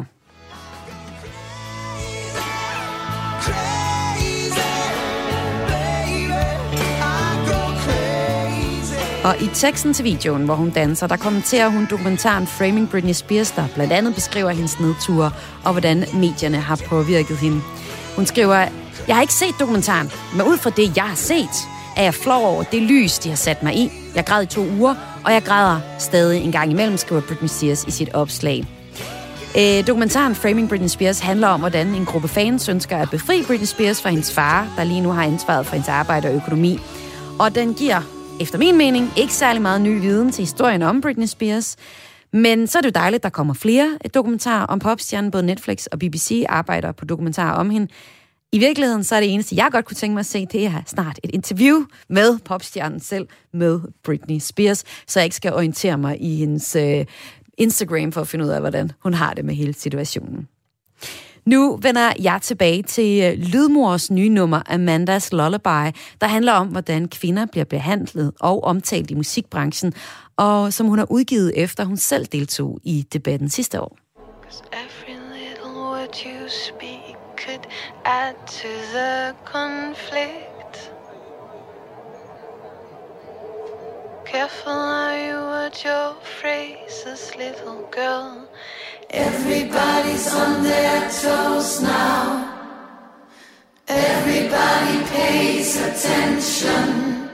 Og i teksten til videoen, hvor hun danser, der kommenterer hun dokumentaren Framing Britney Spears, der blandt andet beskriver hendes nedture og hvordan medierne har påvirket hende. Hun skriver, jeg har ikke set dokumentaren, men ud fra det, jeg har set, er jeg flov over det lys, de har sat mig i. Jeg græd i to uger, og jeg græder stadig en gang imellem, skriver Britney Spears i sit opslag. Øh, dokumentaren Framing Britney Spears handler om, hvordan en gruppe fans ønsker at befri Britney Spears fra hendes far, der lige nu har ansvaret for hendes arbejde og økonomi. Og den giver, efter min mening, ikke særlig meget ny viden til historien om Britney Spears. Men så er det jo dejligt, der kommer flere dokumentarer om popstjernen. Både Netflix og B B C arbejder på dokumentarer om hende. I virkeligheden så er det eneste, jeg godt kunne tænke mig at se, det er snart et interview med popstjernen selv, med Britney Spears, så jeg ikke skal orientere mig i hendes øh, Instagram for at finde ud af, hvordan hun har det med hele situationen. Nu vender jeg tilbage til Lydmors nye nummer, Amandas Lullaby, der handler om, hvordan kvinder bliver behandlet og omtalt i musikbranchen, og som hun har udgivet efter, hun selv deltog i debatten sidste år. Every little word you speak could add to the conflict. Careful how you word your phrases, little girl. Everybody's on their toes now. Everybody pays attention.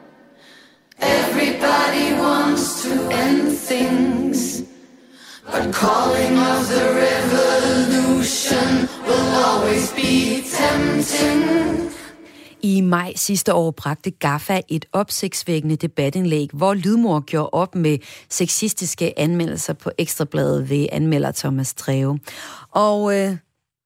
Everybody wants to end things. But calling of the revolution will always be tempting. I maj sidste år bragte Gaffa et opsigtsvækkende debatindlæg, hvor Lydmor gjorde op med sexistiske anmeldelser på Ekstrabladet ved anmelder Thomas Treve. Og øh,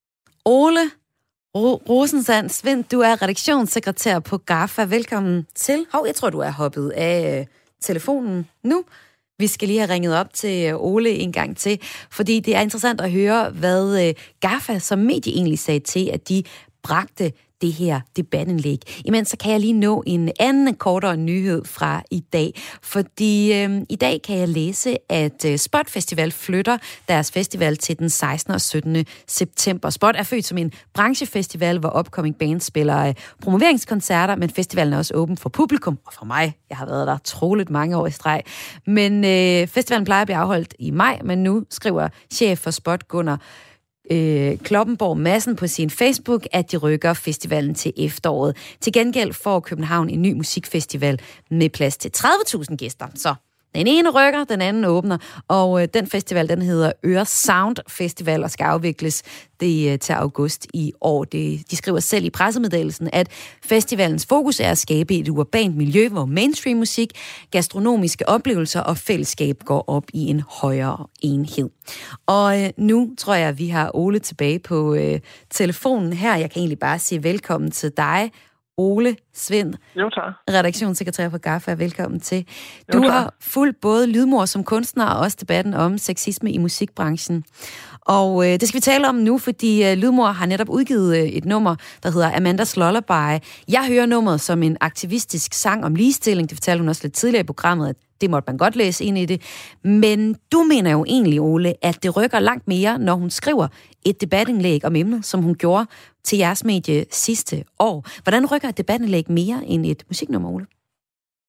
Ole Ro- Rosensand Svend, du er redaktionssekretær på Gaffa. Velkommen til. Hov, jeg tror, du er hoppet af øh, telefonen nu. Vi skal lige have ringet op til Ole en gang til, fordi det er interessant at høre, hvad øh, Gaffa som medie egentlig sagde til, at de bragte det her debatindlæg. Imens så kan jeg lige nå en anden kortere nyhed fra i dag, fordi øh, i dag kan jeg læse, at øh, Spot Festival flytter deres festival til den sekstende og syttende september. Spot er født som en branchefestival, hvor upcoming bands spiller øh, promoveringskoncerter, men festivalen er også åben for publikum, og for mig, jeg har været der troligt mange år i streg. Men øh, festivalen plejer at blive afholdt i maj, men nu skriver chef for Spot Gunnar Øh, Kloppenborg Madsen på sin Facebook, at de rykker festivalen til efteråret. Til gengæld får København en ny musikfestival med plads til tredive tusind gæster. Så den ene rykker, den anden åbner, og øh, den festival, den hedder Øre Sound Festival og skal afvikles det øh, til august i år. Det, de skriver selv i pressemeddelelsen, at festivalens fokus er at skabe et urbant miljø, hvor mainstream musik, gastronomiske oplevelser og fællesskab går op i en højere enhed. Og øh, nu tror jeg, at vi har Ole tilbage på øh, telefonen her. Jeg kan egentlig bare sige velkommen til dig, Ole Svend, jo, tak. Redaktionssekretær på Gaffa. Velkommen til. Du jo, har fulgt både Lydmor som kunstner og også debatten om sexisme i musikbranchen. Og øh, det skal vi tale om nu, fordi øh, Lydmor har netop udgivet øh, et nummer, der hedder Amandas Lullaby. Jeg hører nummeret som en aktivistisk sang om ligestilling. Det fortalte hun også lidt tidligere i programmet, at det måtte man godt læse ind i det. Men du mener jo egentlig, Ole, at det rykker langt mere, når hun skriver et debatindlæg om emnet, som hun gjorde til jeres medie sidste år. Hvordan rykker et debatindlæg mere end et musiknummer, Ole?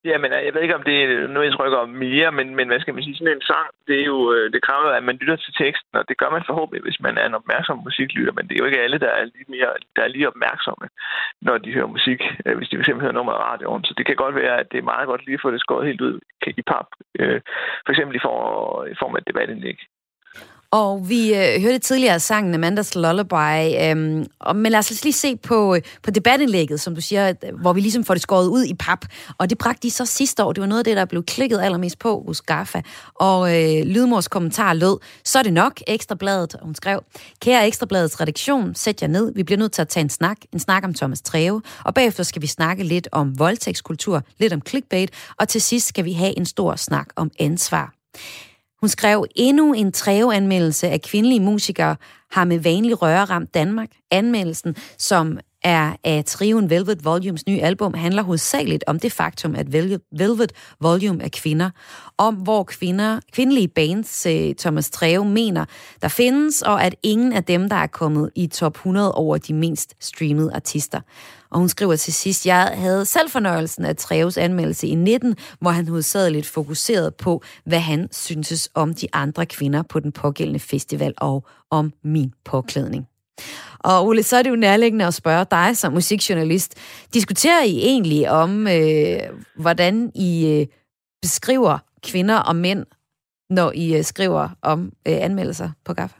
Ja, men jeg ved ikke, om det er noget, jeg trykker om mere, men, men hvad skal man sige, sådan en sang, det er jo, det kræver, at man lytter til teksten, og det gør man forhåbentlig, hvis man er en opmærksom musiklytter, men det er jo ikke alle, der er lige, mere, der er lige opmærksomme, når de hører musik, hvis de fx hører nummer af radioen. Så det kan godt være, at det er meget godt lige at få det skåret helt ud i pap, for eksempel i form af et debatindlæg. Og vi øh, hørte tidligere sangen Amandas Lullaby, øhm, og, men lad os lige se på, på debatindlægget, som du siger, hvor vi ligesom får det skåret ud i pap. Og det bragte de så sidste år. Det var noget af det, der blev klikket allermest på hos Gaffa. Og øh, Lydmors kommentar lød, så er det nok, Ekstrabladet. Hun skrev, kære Ekstrabladets redaktion, sæt jer ned. Vi bliver nødt til at tage en snak. En snak om Thomas Treve. Og bagefter skal vi snakke lidt om voldtægtskultur, lidt om clickbait. Og til sidst skal vi have en stor snak om ansvar. Hun skrev, endnu en Treve-anmeldelse af kvindelige musikere har med vanlig røre ramt Danmark. Anmeldelsen, som er af trioen Velvet Volumes nye album, handler hovedsageligt om det faktum, at Velvet Volume er kvinder. Om hvor kvinder, kvindelige bands Thomas Treve mener, der findes, og at ingen af dem, der er kommet i top hundrede over de mest streamede artister. Og hun skriver til sidst, jeg havde selv fornøjelsen af Treves anmeldelse i nitten, hvor han hovedsageligt fokuserede på, hvad han syntes om de andre kvinder på den pågældende festival og om min påklædning. Og Ole, så er det jo nærliggende at spørge dig som musikjournalist. Diskuterer I egentlig om, øh, hvordan I øh, beskriver kvinder og mænd, når I øh, skriver om øh, anmeldelser på Gaffa?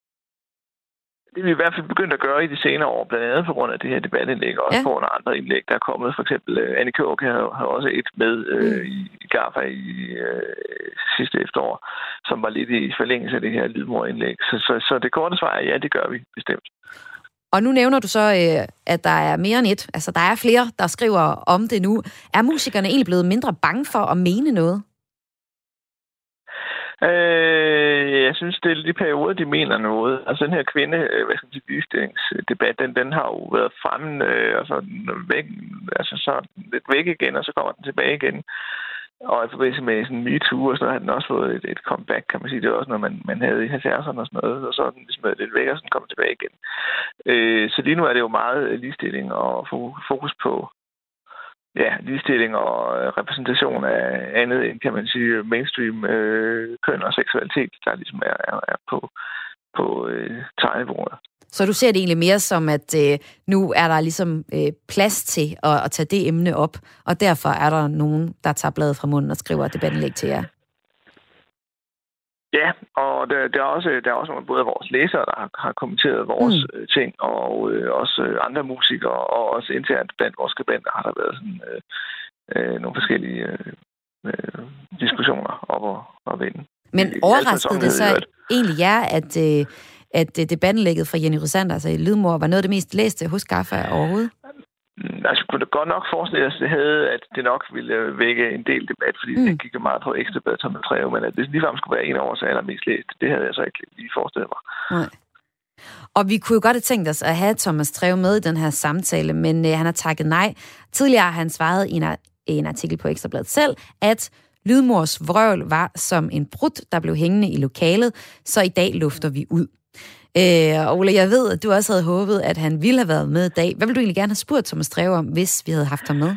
Det er vi i hvert fald begyndt at gøre i de senere år, blandt andet på grund af det her debatindlæg, og også ja. på grund af andre indlæg, der er kommet. For eksempel uh, Annie Kjærk har, har også et med uh, mm. i, i Gaffa i uh, sidste efterår, som var lidt i forlængelse af det her lydmorindlæg. Så, så, så det korte svar er, ja, det gør vi bestemt. Og nu nævner du så, øh, at der er mere end et. Altså, der er flere, der skriver om det nu. Er musikerne egentlig blevet mindre bange for at mene noget? Øh, jeg synes, det er de perioder, de mener noget. Altså den her kvinde, hvad skal man sige, ligestillingsdebat, den, den har jo været fremme, øh, og så væk, altså så lidt væk igen, og så kommer den tilbage igen. Og i forbindelse med sådan MeToo, og så har den også fået et, et comeback, kan man sige. Det var også noget, man, man havde i halvfjerdserne og sådan noget, og så er den ligesom lidt væk, og så kommer tilbage igen. Øh, så lige nu er det jo meget ligestilling og fokus på ja, ligestilling og repræsentation af andet end, kan man sige, mainstream øh, køn og seksualitet, der ligesom er, er, er på, på øh, tegnebordet. Så du ser det egentlig mere som, at øh, nu er der ligesom øh, plads til at, at tage det emne op, og derfor er der nogen, der tager bladet fra munden og skriver debatindlæg til jer? Ja, og der, der er også der er også nogle, både af vores læsere, der har, har kommenteret vores mm. ting, og øh, også andre musikere, og også internt blandt vores skribenter har der været sådan, øh, øh, nogle forskellige øh, øh, diskussioner op og, og vinde. Men overraskede det så egentlig jer, at, øh, at debatindlægget fra Jenny Rossander, altså i Lydmor, var noget af det mest læste hos Gaffa overhovedet? Altså, kunne det godt nok forestille os, det havde, at det nok ville vække en del debat, fordi mm. det kiggede meget på Ekstrabladet som en træve, men at det ligefrem skulle være en af vores allermest læst, det havde jeg så ikke lige forestillet mig. Nej. Og vi kunne jo godt have tænkt os at have Thomas Treve med i den her samtale, men øh, han har takket nej. Tidligere har han svaret i en, en artikel på Ekstrabladet selv, at Lydmors vrøvl var som en brud, der blev hængende i lokalet, så i dag lufter vi ud. Øh, Ole, jeg ved, at du også havde håbet, at han ville have været med i dag. Hvad ville du egentlig gerne have spurgt Thomas Treve om, hvis vi havde haft ham med?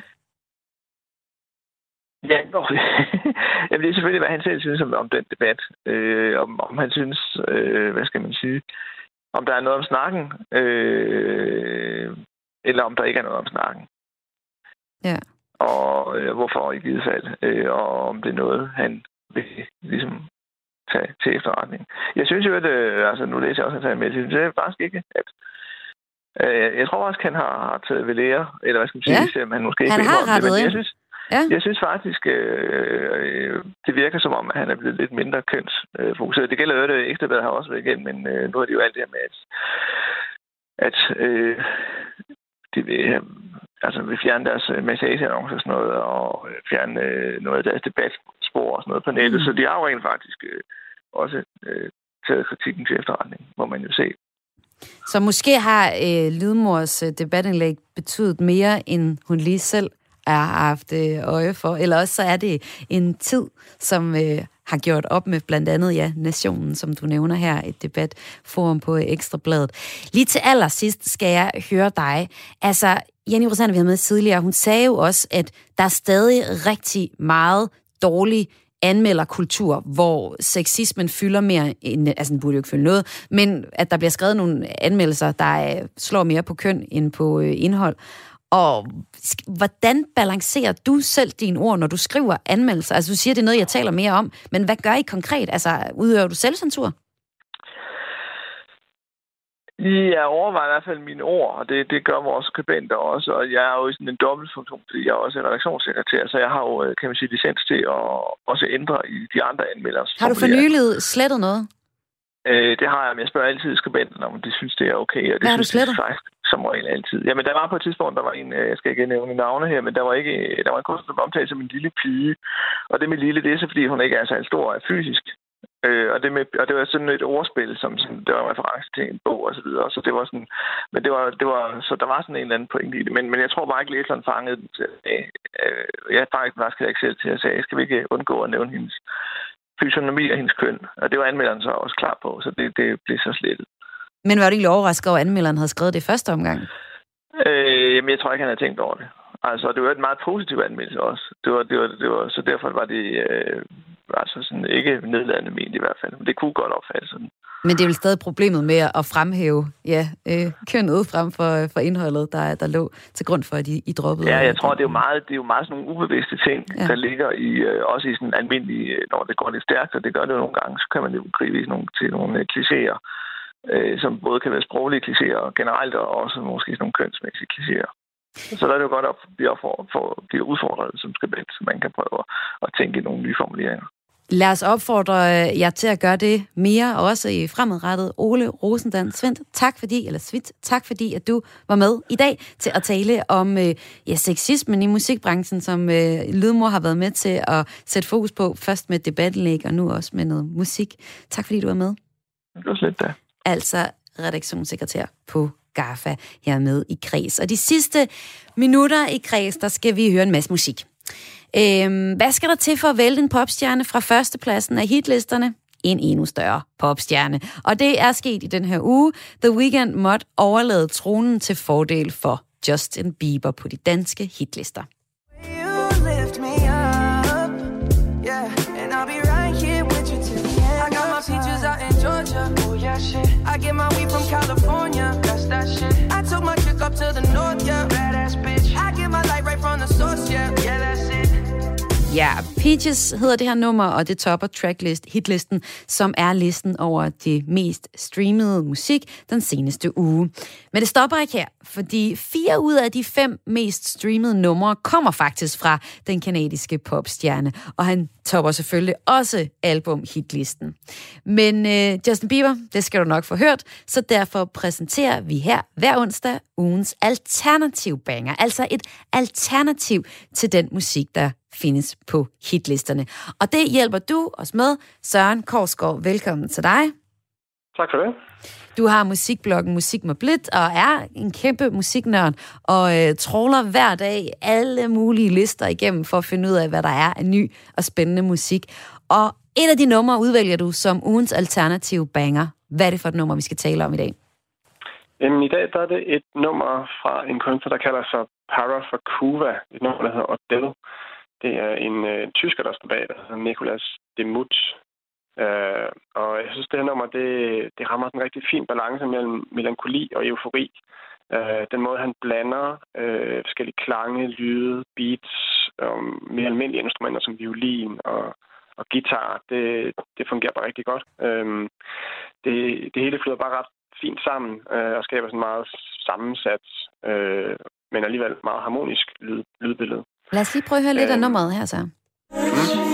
Ja, det er selvfølgelig, hvad han selv synes om, om den debat. Øh, om, om han synes, øh, hvad skal man sige, om der er noget om snakken, øh, eller om der ikke er noget om snakken. Ja. Og øh, hvorfor i givet fald, øh, og om det er noget, han vil ligesom tage til efterretning. Jeg synes jo, at øh, altså, nu læser jeg også, at han med, det er faktisk ikke, at øh, jeg tror også, at han har, har taget ved lære, eller hvad skal man sige, ja. han måske ikke han har rettet det, jeg synes, ja. jeg synes faktisk, øh, det virker som om, at han er blevet lidt mindre kønsfokuseret. Det gælder jo, at Ekstrabladet har også været igennem, men øh, nu er det jo alt det her med, at, at øh, de vil, øh, altså, vil fjerne deres massageannoncer og sådan noget, og fjerne øh, noget af deres debatspor og sådan noget på nettet. Mm. Så de har jo rent faktisk øh, også øh, taget kritikken til efterretning, må man jo se. Så måske har øh, Lydmors debatindlæg betydet mere, end hun lige selv har haft øh, øje for. Eller også så er det en tid, som øh, har gjort op med blandt andet ja, Nationen, som du nævner her, et debatforum på Ekstrabladet. Lige til allersidst skal jeg høre dig. Altså, Jenny Rosanne, vi havde med tidligere, hun sagde jo også, at der er stadig rigtig meget dårlig anmelderkultur, hvor sexismen fylder mere, end, altså den burde jo ikke fylde noget, men at der bliver skrevet nogle anmeldelser, der slår mere på køn end på øh, indhold. Og hvordan balancerer du selv dine ord, når du skriver anmeldelser? Altså du siger, det er noget, jeg taler mere om, men hvad gør I konkret? Altså udøver du selvcensur? Jeg overvejer i hvert fald mine ord, og det, det gør vores skribenter også, og jeg er jo i sådan en dobbeltfunktion, fordi jeg er også redaktionssekretær, så jeg har jo, kan man sige, licens til at også ændre i de andre anmeldere. Har du for nylig slettet noget? Øh, det har jeg, men jeg spørger altid skribenten, om de synes, det er okay, og det Hvad har synes du slettet? de faktisk som regel altid. Jamen, der var på et tidspunkt, der var en, jeg skal ikke nævne navne her, men der var ikke, der var en kunstner, der omtalt som en lille pige, og det med lille, det er så, fordi hun ikke er så stor og fysisk. Øh, og, det med, og det var sådan et ordspil, som sådan, det var en reference til en bog og så videre. Så det var sådan, men det var, det var, så der var sådan en eller anden pointe i det. Men, men jeg tror bare ikke, læseren fangede den til. Øh, øh, jeg faktisk faktisk ikke selv til at sige, skal vi ikke undgå at nævne hendes fysionomi og hendes køn? Og det var anmelderen så også klar på, så det, det blev så slettet. Men var du ikke overrasket over, at anmelderen havde skrevet det i første omgang? Øh, jamen, jeg tror ikke, han havde tænkt over det. Altså, det var et meget positivt anmeldelse også. Det var, det var, det var, så derfor var det øh, altså sådan ikke nedladende ment i hvert fald. Men det kunne godt opfattes sådan. Men det er vel stadig problemet med at fremhæve ja, øh, kønnet frem for, for indholdet, der, der lå til grund for, at I, I droppede? Ja, jeg tror, det er jo meget, det er jo meget sådan nogle ubevidste ting, ja. Der ligger i, øh, også i sådan almindelige, når det går lidt stærkt, og det gør det jo nogle gange, så kan man jo gribe nogle, til nogle øh, klichéer, øh, som både kan være sproglige klichéer og generelt, og også måske sådan nogle kønsmæssige klichéer. Så der er det jo godt at blive, for, blive udfordret som skribent, så man kan prøve at tænke i nogle nye formuleringer. Lad os opfordre jer til at gøre det mere, også i fremadrettet. Ole Rosendahl Svendt, tak fordi, eller Svidt, tak fordi, at du var med i dag til at tale om ja, sexismen i musikbranchen, som øh, Lydmor har været med til at sætte fokus på, først med debatindlæg og nu også med noget musik. Tak fordi du var med. Det var slet da. Altså redaktionssekretær på GAFFA her med i Kreds. Og de sidste minutter i Kreds, der skal vi høre en masse musik. Øhm, hvad skal der til for at vælte en popstjerne fra førstepladsen af hitlisterne? En endnu større popstjerne. Og det er sket i den her uge. The Weeknd måtte overlade tronen til fordel for Justin Bieber på de danske hitlister. I get my weed from California, that's that shit. I took my chick up to the north, yeah, badass bitch. I get my light right from the source, yeah, yeah, that's it. Ja, Peaches hedder det her nummer, og det topper tracklist hitlisten, som er listen over det mest streamede musik den seneste uge. Men det stopper ikke her, fordi fire ud af de fem mest streamede numre kommer faktisk fra den kanadiske popstjerne, og han topper selvfølgelig også album-hitlisten. Men øh, Justin Bieber, det skal du nok få hørt, så derfor præsenterer vi her hver onsdag ugens alternativ banger, altså et alternativ til den musik, der findes på hitlisterne. Og det hjælper du os med. Søren Korsgaard, velkommen til dig. Tak for det. Du har musikbloggen Musik med Blidt, og er en kæmpe musiknørd, og øh, tråler hver dag alle mulige lister igennem for at finde ud af, hvad der er af ny og spændende musik. Og et af de numre udvælger du som ugens alternative banger. Hvad er det for et nummer, vi skal tale om i dag? Jamen, i dag der er det et nummer fra en kunstner, der kalder sig Para Fakuva. Et nummer, der hedder Odell. Det er en øh, tysker, der står bag, der hedder Nicolas Demuth. Uh, og jeg synes, det her nummer, det, det rammer en rigtig fin balance mellem melankoli og eufori. Uh, den måde, han blander uh, forskellige klange, lyde, beats, um, mere almindelige instrumenter som violin og, og guitar, det, det fungerer bare rigtig godt. Um, det, det hele flyder bare ret fint sammen uh, og skaber sådan meget sammensat, uh, men alligevel meget harmonisk lyd, lydbillede. Lad os lige prøve at høre lidt uh, af nummeret her så. Mm.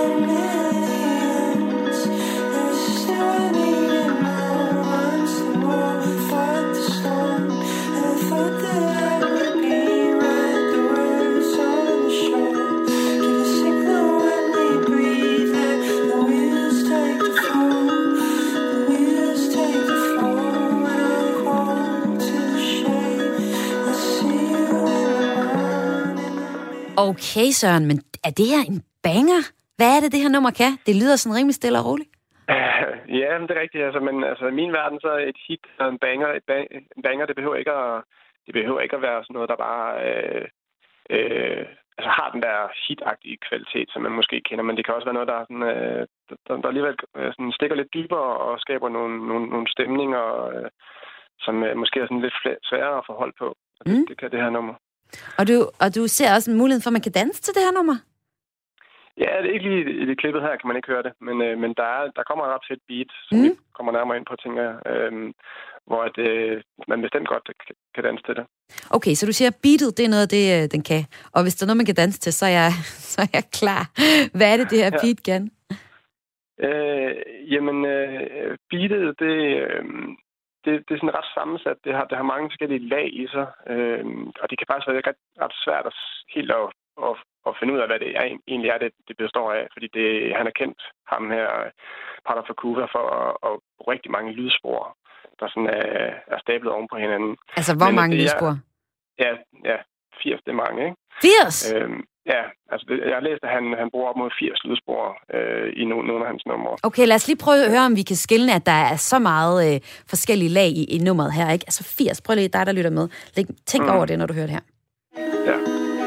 Okay, Søren, men er det her en banger? Hvad er det, det her nummer kan? Det lyder sådan rimelig stille og roligt. Uh, ja, det er rigtigt. Altså, men altså, i min verden, så er et hit og en banger, et bang, en banger, det behøver ikke at, det behøver ikke at være sådan noget, der bare øh, øh, altså har den der hitagtige kvalitet, som man måske kender, men det kan også være noget, der, er sådan, øh, der, der alligevel sådan stikker lidt dybere og skaber nogle, nogle, nogle stemninger, øh, som øh, måske er sådan lidt sværere at forholde på. Og det, mm. det kan det her nummer. Og du, og du ser også en mulighed for, at man kan danse til det her nummer? Ja, det er ikke lige i det klippet her, kan man ikke høre det, men, øh, men der, er, der kommer en ret fedt beat, som mm. vi kommer nærmere ind på, tænker jeg, øh, hvor at, øh, man bestemt godt kan, kan danse til det. Okay, så du siger, at beatet, det er noget af det, den kan. Og hvis der er noget, man kan danse til, så er jeg, så er jeg klar. Hvad er det, det her ja. beat kan? Øh, jamen, øh, beatet, det, øh, det, det er sådan ret sammensat. Det har, det har mange forskellige lag i sig, øh, og det kan faktisk være ret, ret svært at helt at Og, og finde ud af, hvad det er, egentlig er, det, det består af. Fordi det, han har kendt ham her, Pater for Kuva, for at, at rigtig mange lydspor, der sådan er, er stablet oven på hinanden. Altså, hvor Men mange lydspor? Ja, ja, firs, det er mange, ikke? firs? Øhm, ja, altså, det, jeg har læst, at han, han bruger op mod firs lydspor øh, i no, nogle af hans numre. Okay, lad os lige prøve at høre, om vi kan skelne, at der er så meget øh, forskellige lag i, i nummeret her, ikke? Altså firs, prøv lige dig, der lytter med. Tænk mm. over det, når du hører det her. Ja.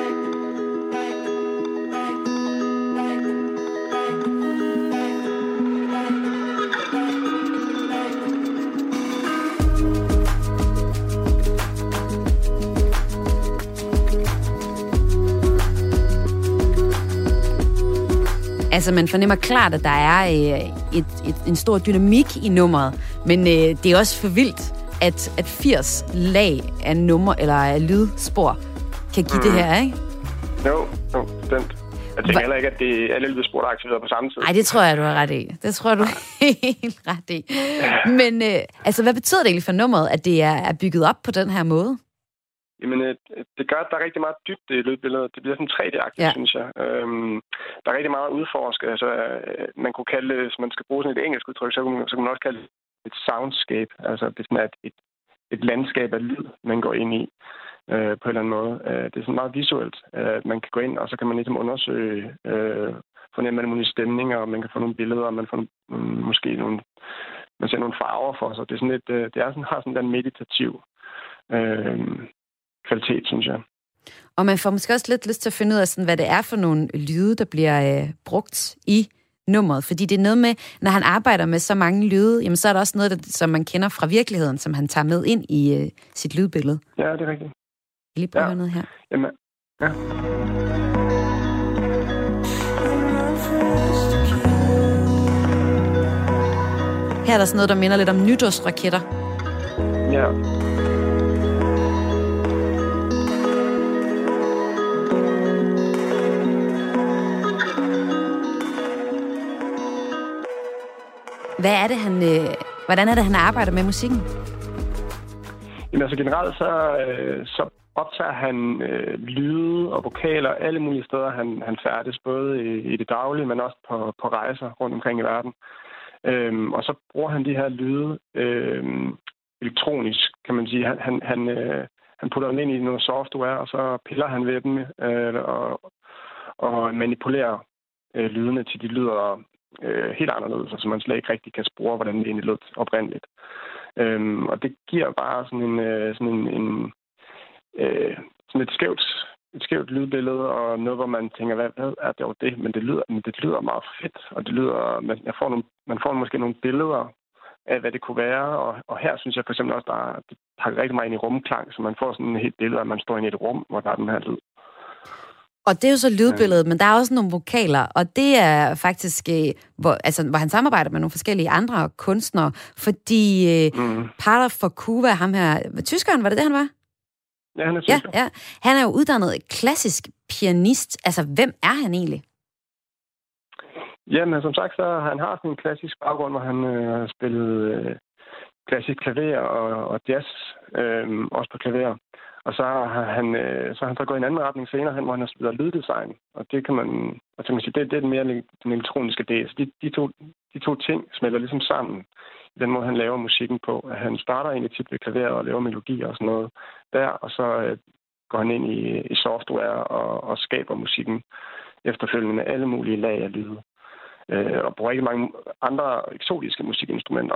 Altså, man fornemmer klart, at der er øh, et, et, en stor dynamik i nummeret, men øh, det er også for vildt, at, at firs lag af nummer eller af lydspor kan give mm. det her, ikke? Jo, jo, bestemt. Jeg tænker Hva? heller ikke, at det er alle lydspor, der er aktiveret på samme tid. Nej, det tror jeg, du har ret i. Det tror jeg, du er helt ret i. Men øh, altså, hvad betyder det egentlig for nummeret, at det er, er bygget op på den her måde? Jamen, det gør, at der er rigtig meget dybde i lydbilledet. Det bliver sådan tre D-agtigt, ja. synes jeg. Øhm, der er rigtig meget at udforske. Altså, man kunne kalde det, hvis man skal bruge sådan et engelsk udtryk, så kunne man, så kunne man også kalde det et soundscape. Altså, det er sådan et, et, et landskab af lyd, man går ind i øh, på en eller anden måde. Øh, det er sådan meget visuelt. Øh, man kan gå ind, og så kan man ligesom undersøge, øh, fornemme alle mulige stemninger, og man kan få nogle billeder, og man får nogle, måske nogle, man ser nogle farver for sig. Det er sådan lidt, øh, det er sådan, har sådan en meditativ øh, kvalitet, synes jeg. Og man får måske også lidt lyst til at finde ud af, sådan, hvad det er for nogle lyde, der bliver øh, brugt i nummeret. Fordi det er noget med, når han arbejder med så mange lyde, jamen, så er der også noget, der, som man kender fra virkeligheden, som han tager med ind i øh, sit lydbillede. Ja, det er rigtigt. Jeg lige prøve ja. noget her. Jamen, ja. Her er der sådan noget, der minder lidt om nytårsraketter. Ja. Hvad er det, han, øh, hvordan er det, han arbejder med musikken? Jamen altså generelt så, øh, så optager han øh, lyde og vokaler alle mulige steder, han, han færdes, både i, i det daglige, men også på, på rejser rundt omkring i verden. Øhm, og så bruger han de her lyde øh, elektronisk, kan man sige. Han, han, han, øh, han putter dem ind i noget software, og så piller han ved dem øh, og, og manipulerer øh, lydene til de lyder øh, helt anderledes, så man slet ikke rigtig kan spore, hvordan det egentlig lød oprindeligt. Øhm, og det giver bare sådan en, øh, sådan en, en øh, sådan et skævt, et skævt lydbillede, og noget, hvor man tænker, hvad, hvad er det over det? Men det lyder, men det lyder meget fedt, og det lyder, man, jeg får nogle, man får måske nogle billeder af, hvad det kunne være, og, og her synes jeg for eksempel også, der det pakker rigtig meget ind i rumklang, så man får sådan et helt billede af, at man står inde i et rum, hvor der er den her lyd. Og det er jo så lydbilledet, men der er også nogle vokaler, og det er faktisk, øh, hvor, altså, hvor han samarbejder med nogle forskellige andre kunstnere, fordi øh, mm. Pater for Kuva, ham her, tyskeren, var det det, han var? Ja, han er tysker. Ja, ja. Han er jo uddannet klassisk pianist. Altså, hvem er han egentlig? Jamen, som sagt, så han har sådan en klassisk baggrund, hvor han øh, har spillet øh, klassisk klaver og, og jazz, øh, også på klaver. Og så har han øh, så har han så gået i en anden retning senere hen, hvor han har studeret lyddesign. Og det kan man, altså man sige, det, det er den mere den elektroniske del. Så de, de, to, de to ting smelter ligesom sammen i den måde, han laver musikken på. At han starter egentlig tit ved klaveret og laver melodier og sådan noget der, og så øh, går han ind i, i software og, og skaber musikken efterfølgende med alle mulige lag af lyde. Øh, og bruger ikke mange andre eksotiske musikinstrumenter også.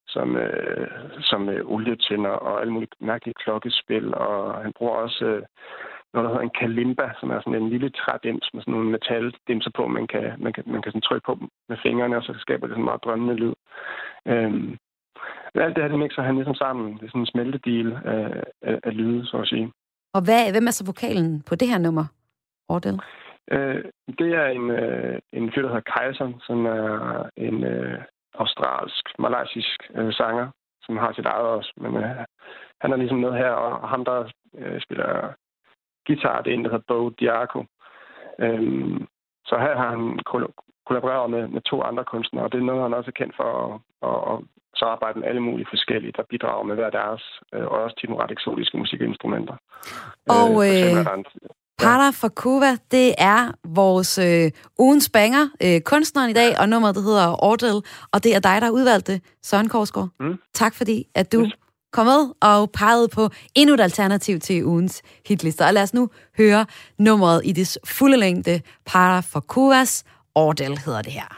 som, øh, som øh, olietænder og alle mulige mærkelige klokkespil. Og han bruger også øh, noget, der hedder en kalimba, som er sådan en lille trædims med sådan nogle metaldimser på, man kan, man kan, man kan sådan trykke på med fingrene, og så skaber det sådan en meget drømmende lyd. Øhm, alt det her, det mixer han ligesom sammen. Det er sådan en smeltedil af, af, af lyde, så at sige. Og hvad, hvem er så vokalen på det her nummer, Ordell? Øh, det er en, øh, en fyr, der hedder Kajson, som er en øh, australsk, malaysisk øh, sanger, som har sit eget også. Men øh, han er ligesom med her, og ham, der øh, spiller guitar, det er en, der hedder Bo Diaco. Øhm, så her har han kollaboreret med, med to andre kunstnere, og det er noget, han også er kendt for at, at, at så arbejde med alle mulige forskellige, der bidrager med hver deres, øh, og også til nogle ret eksotiske musikinstrumenter. Og øh, øh, Para Fakova, det er vores øh, ugens banger, øh, kunstneren i dag, og nummeret, det hedder Ordell, og det er dig, der har udvalgt det, Søren Korsgaard. Mm. Tak fordi, at du yes. kom med og pegede på endnu et alternativ til ugens hitlister. Og lad os nu høre nummeret i det fulde længde. Para Fakovas Ordell hedder det her.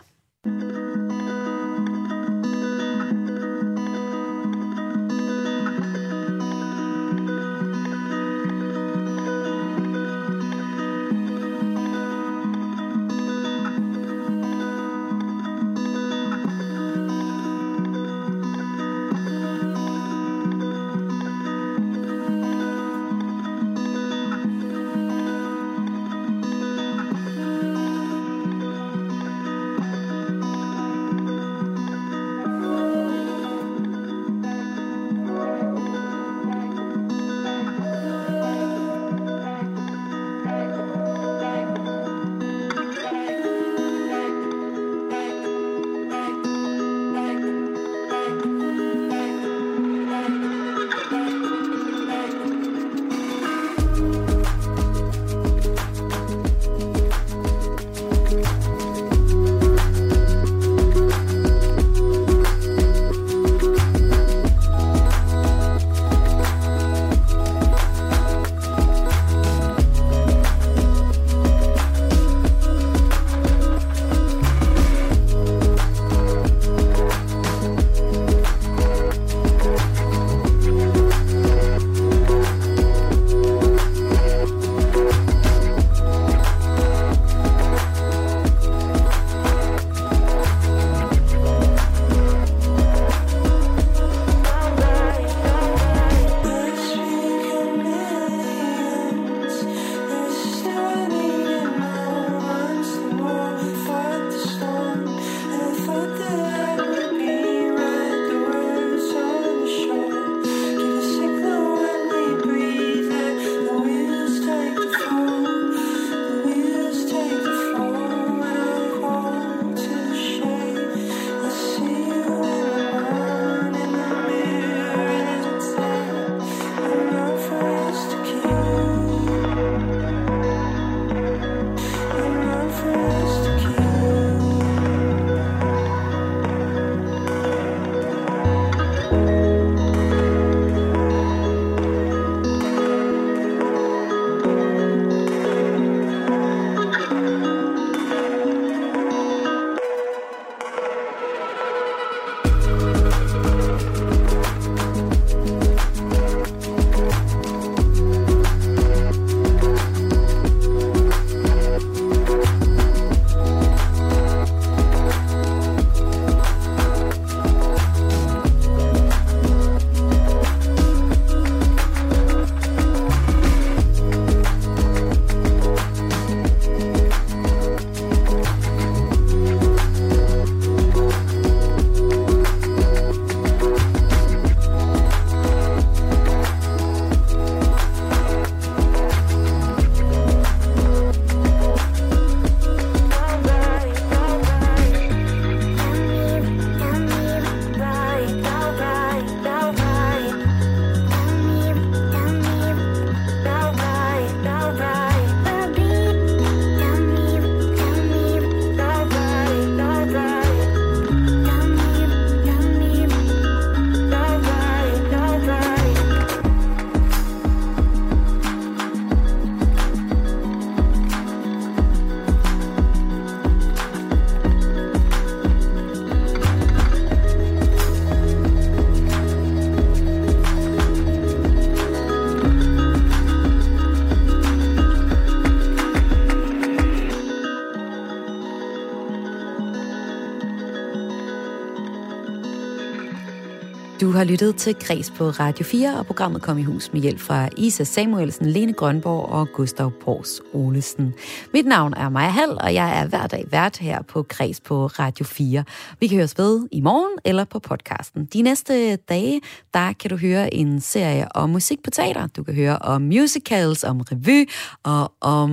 Du har lyttet til Kreds på Radio fire, og programmet kom i hus med hjælp fra Isa Samuelsen, Lene Grønborg og Gustav Pors Olesen. Mit navn er Maja Hall, og jeg er hver dag vært her på Kreds på Radio fire. Vi kan høres ved i morgen eller på podcasten. De næste dage, der kan du høre en serie om musik på teater. Du kan høre om musicals, om revy og om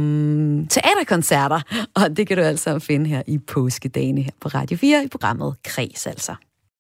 teaterkoncerter. Og det kan du altså finde her i påskedagene her på Radio fire i programmet Kreds altså.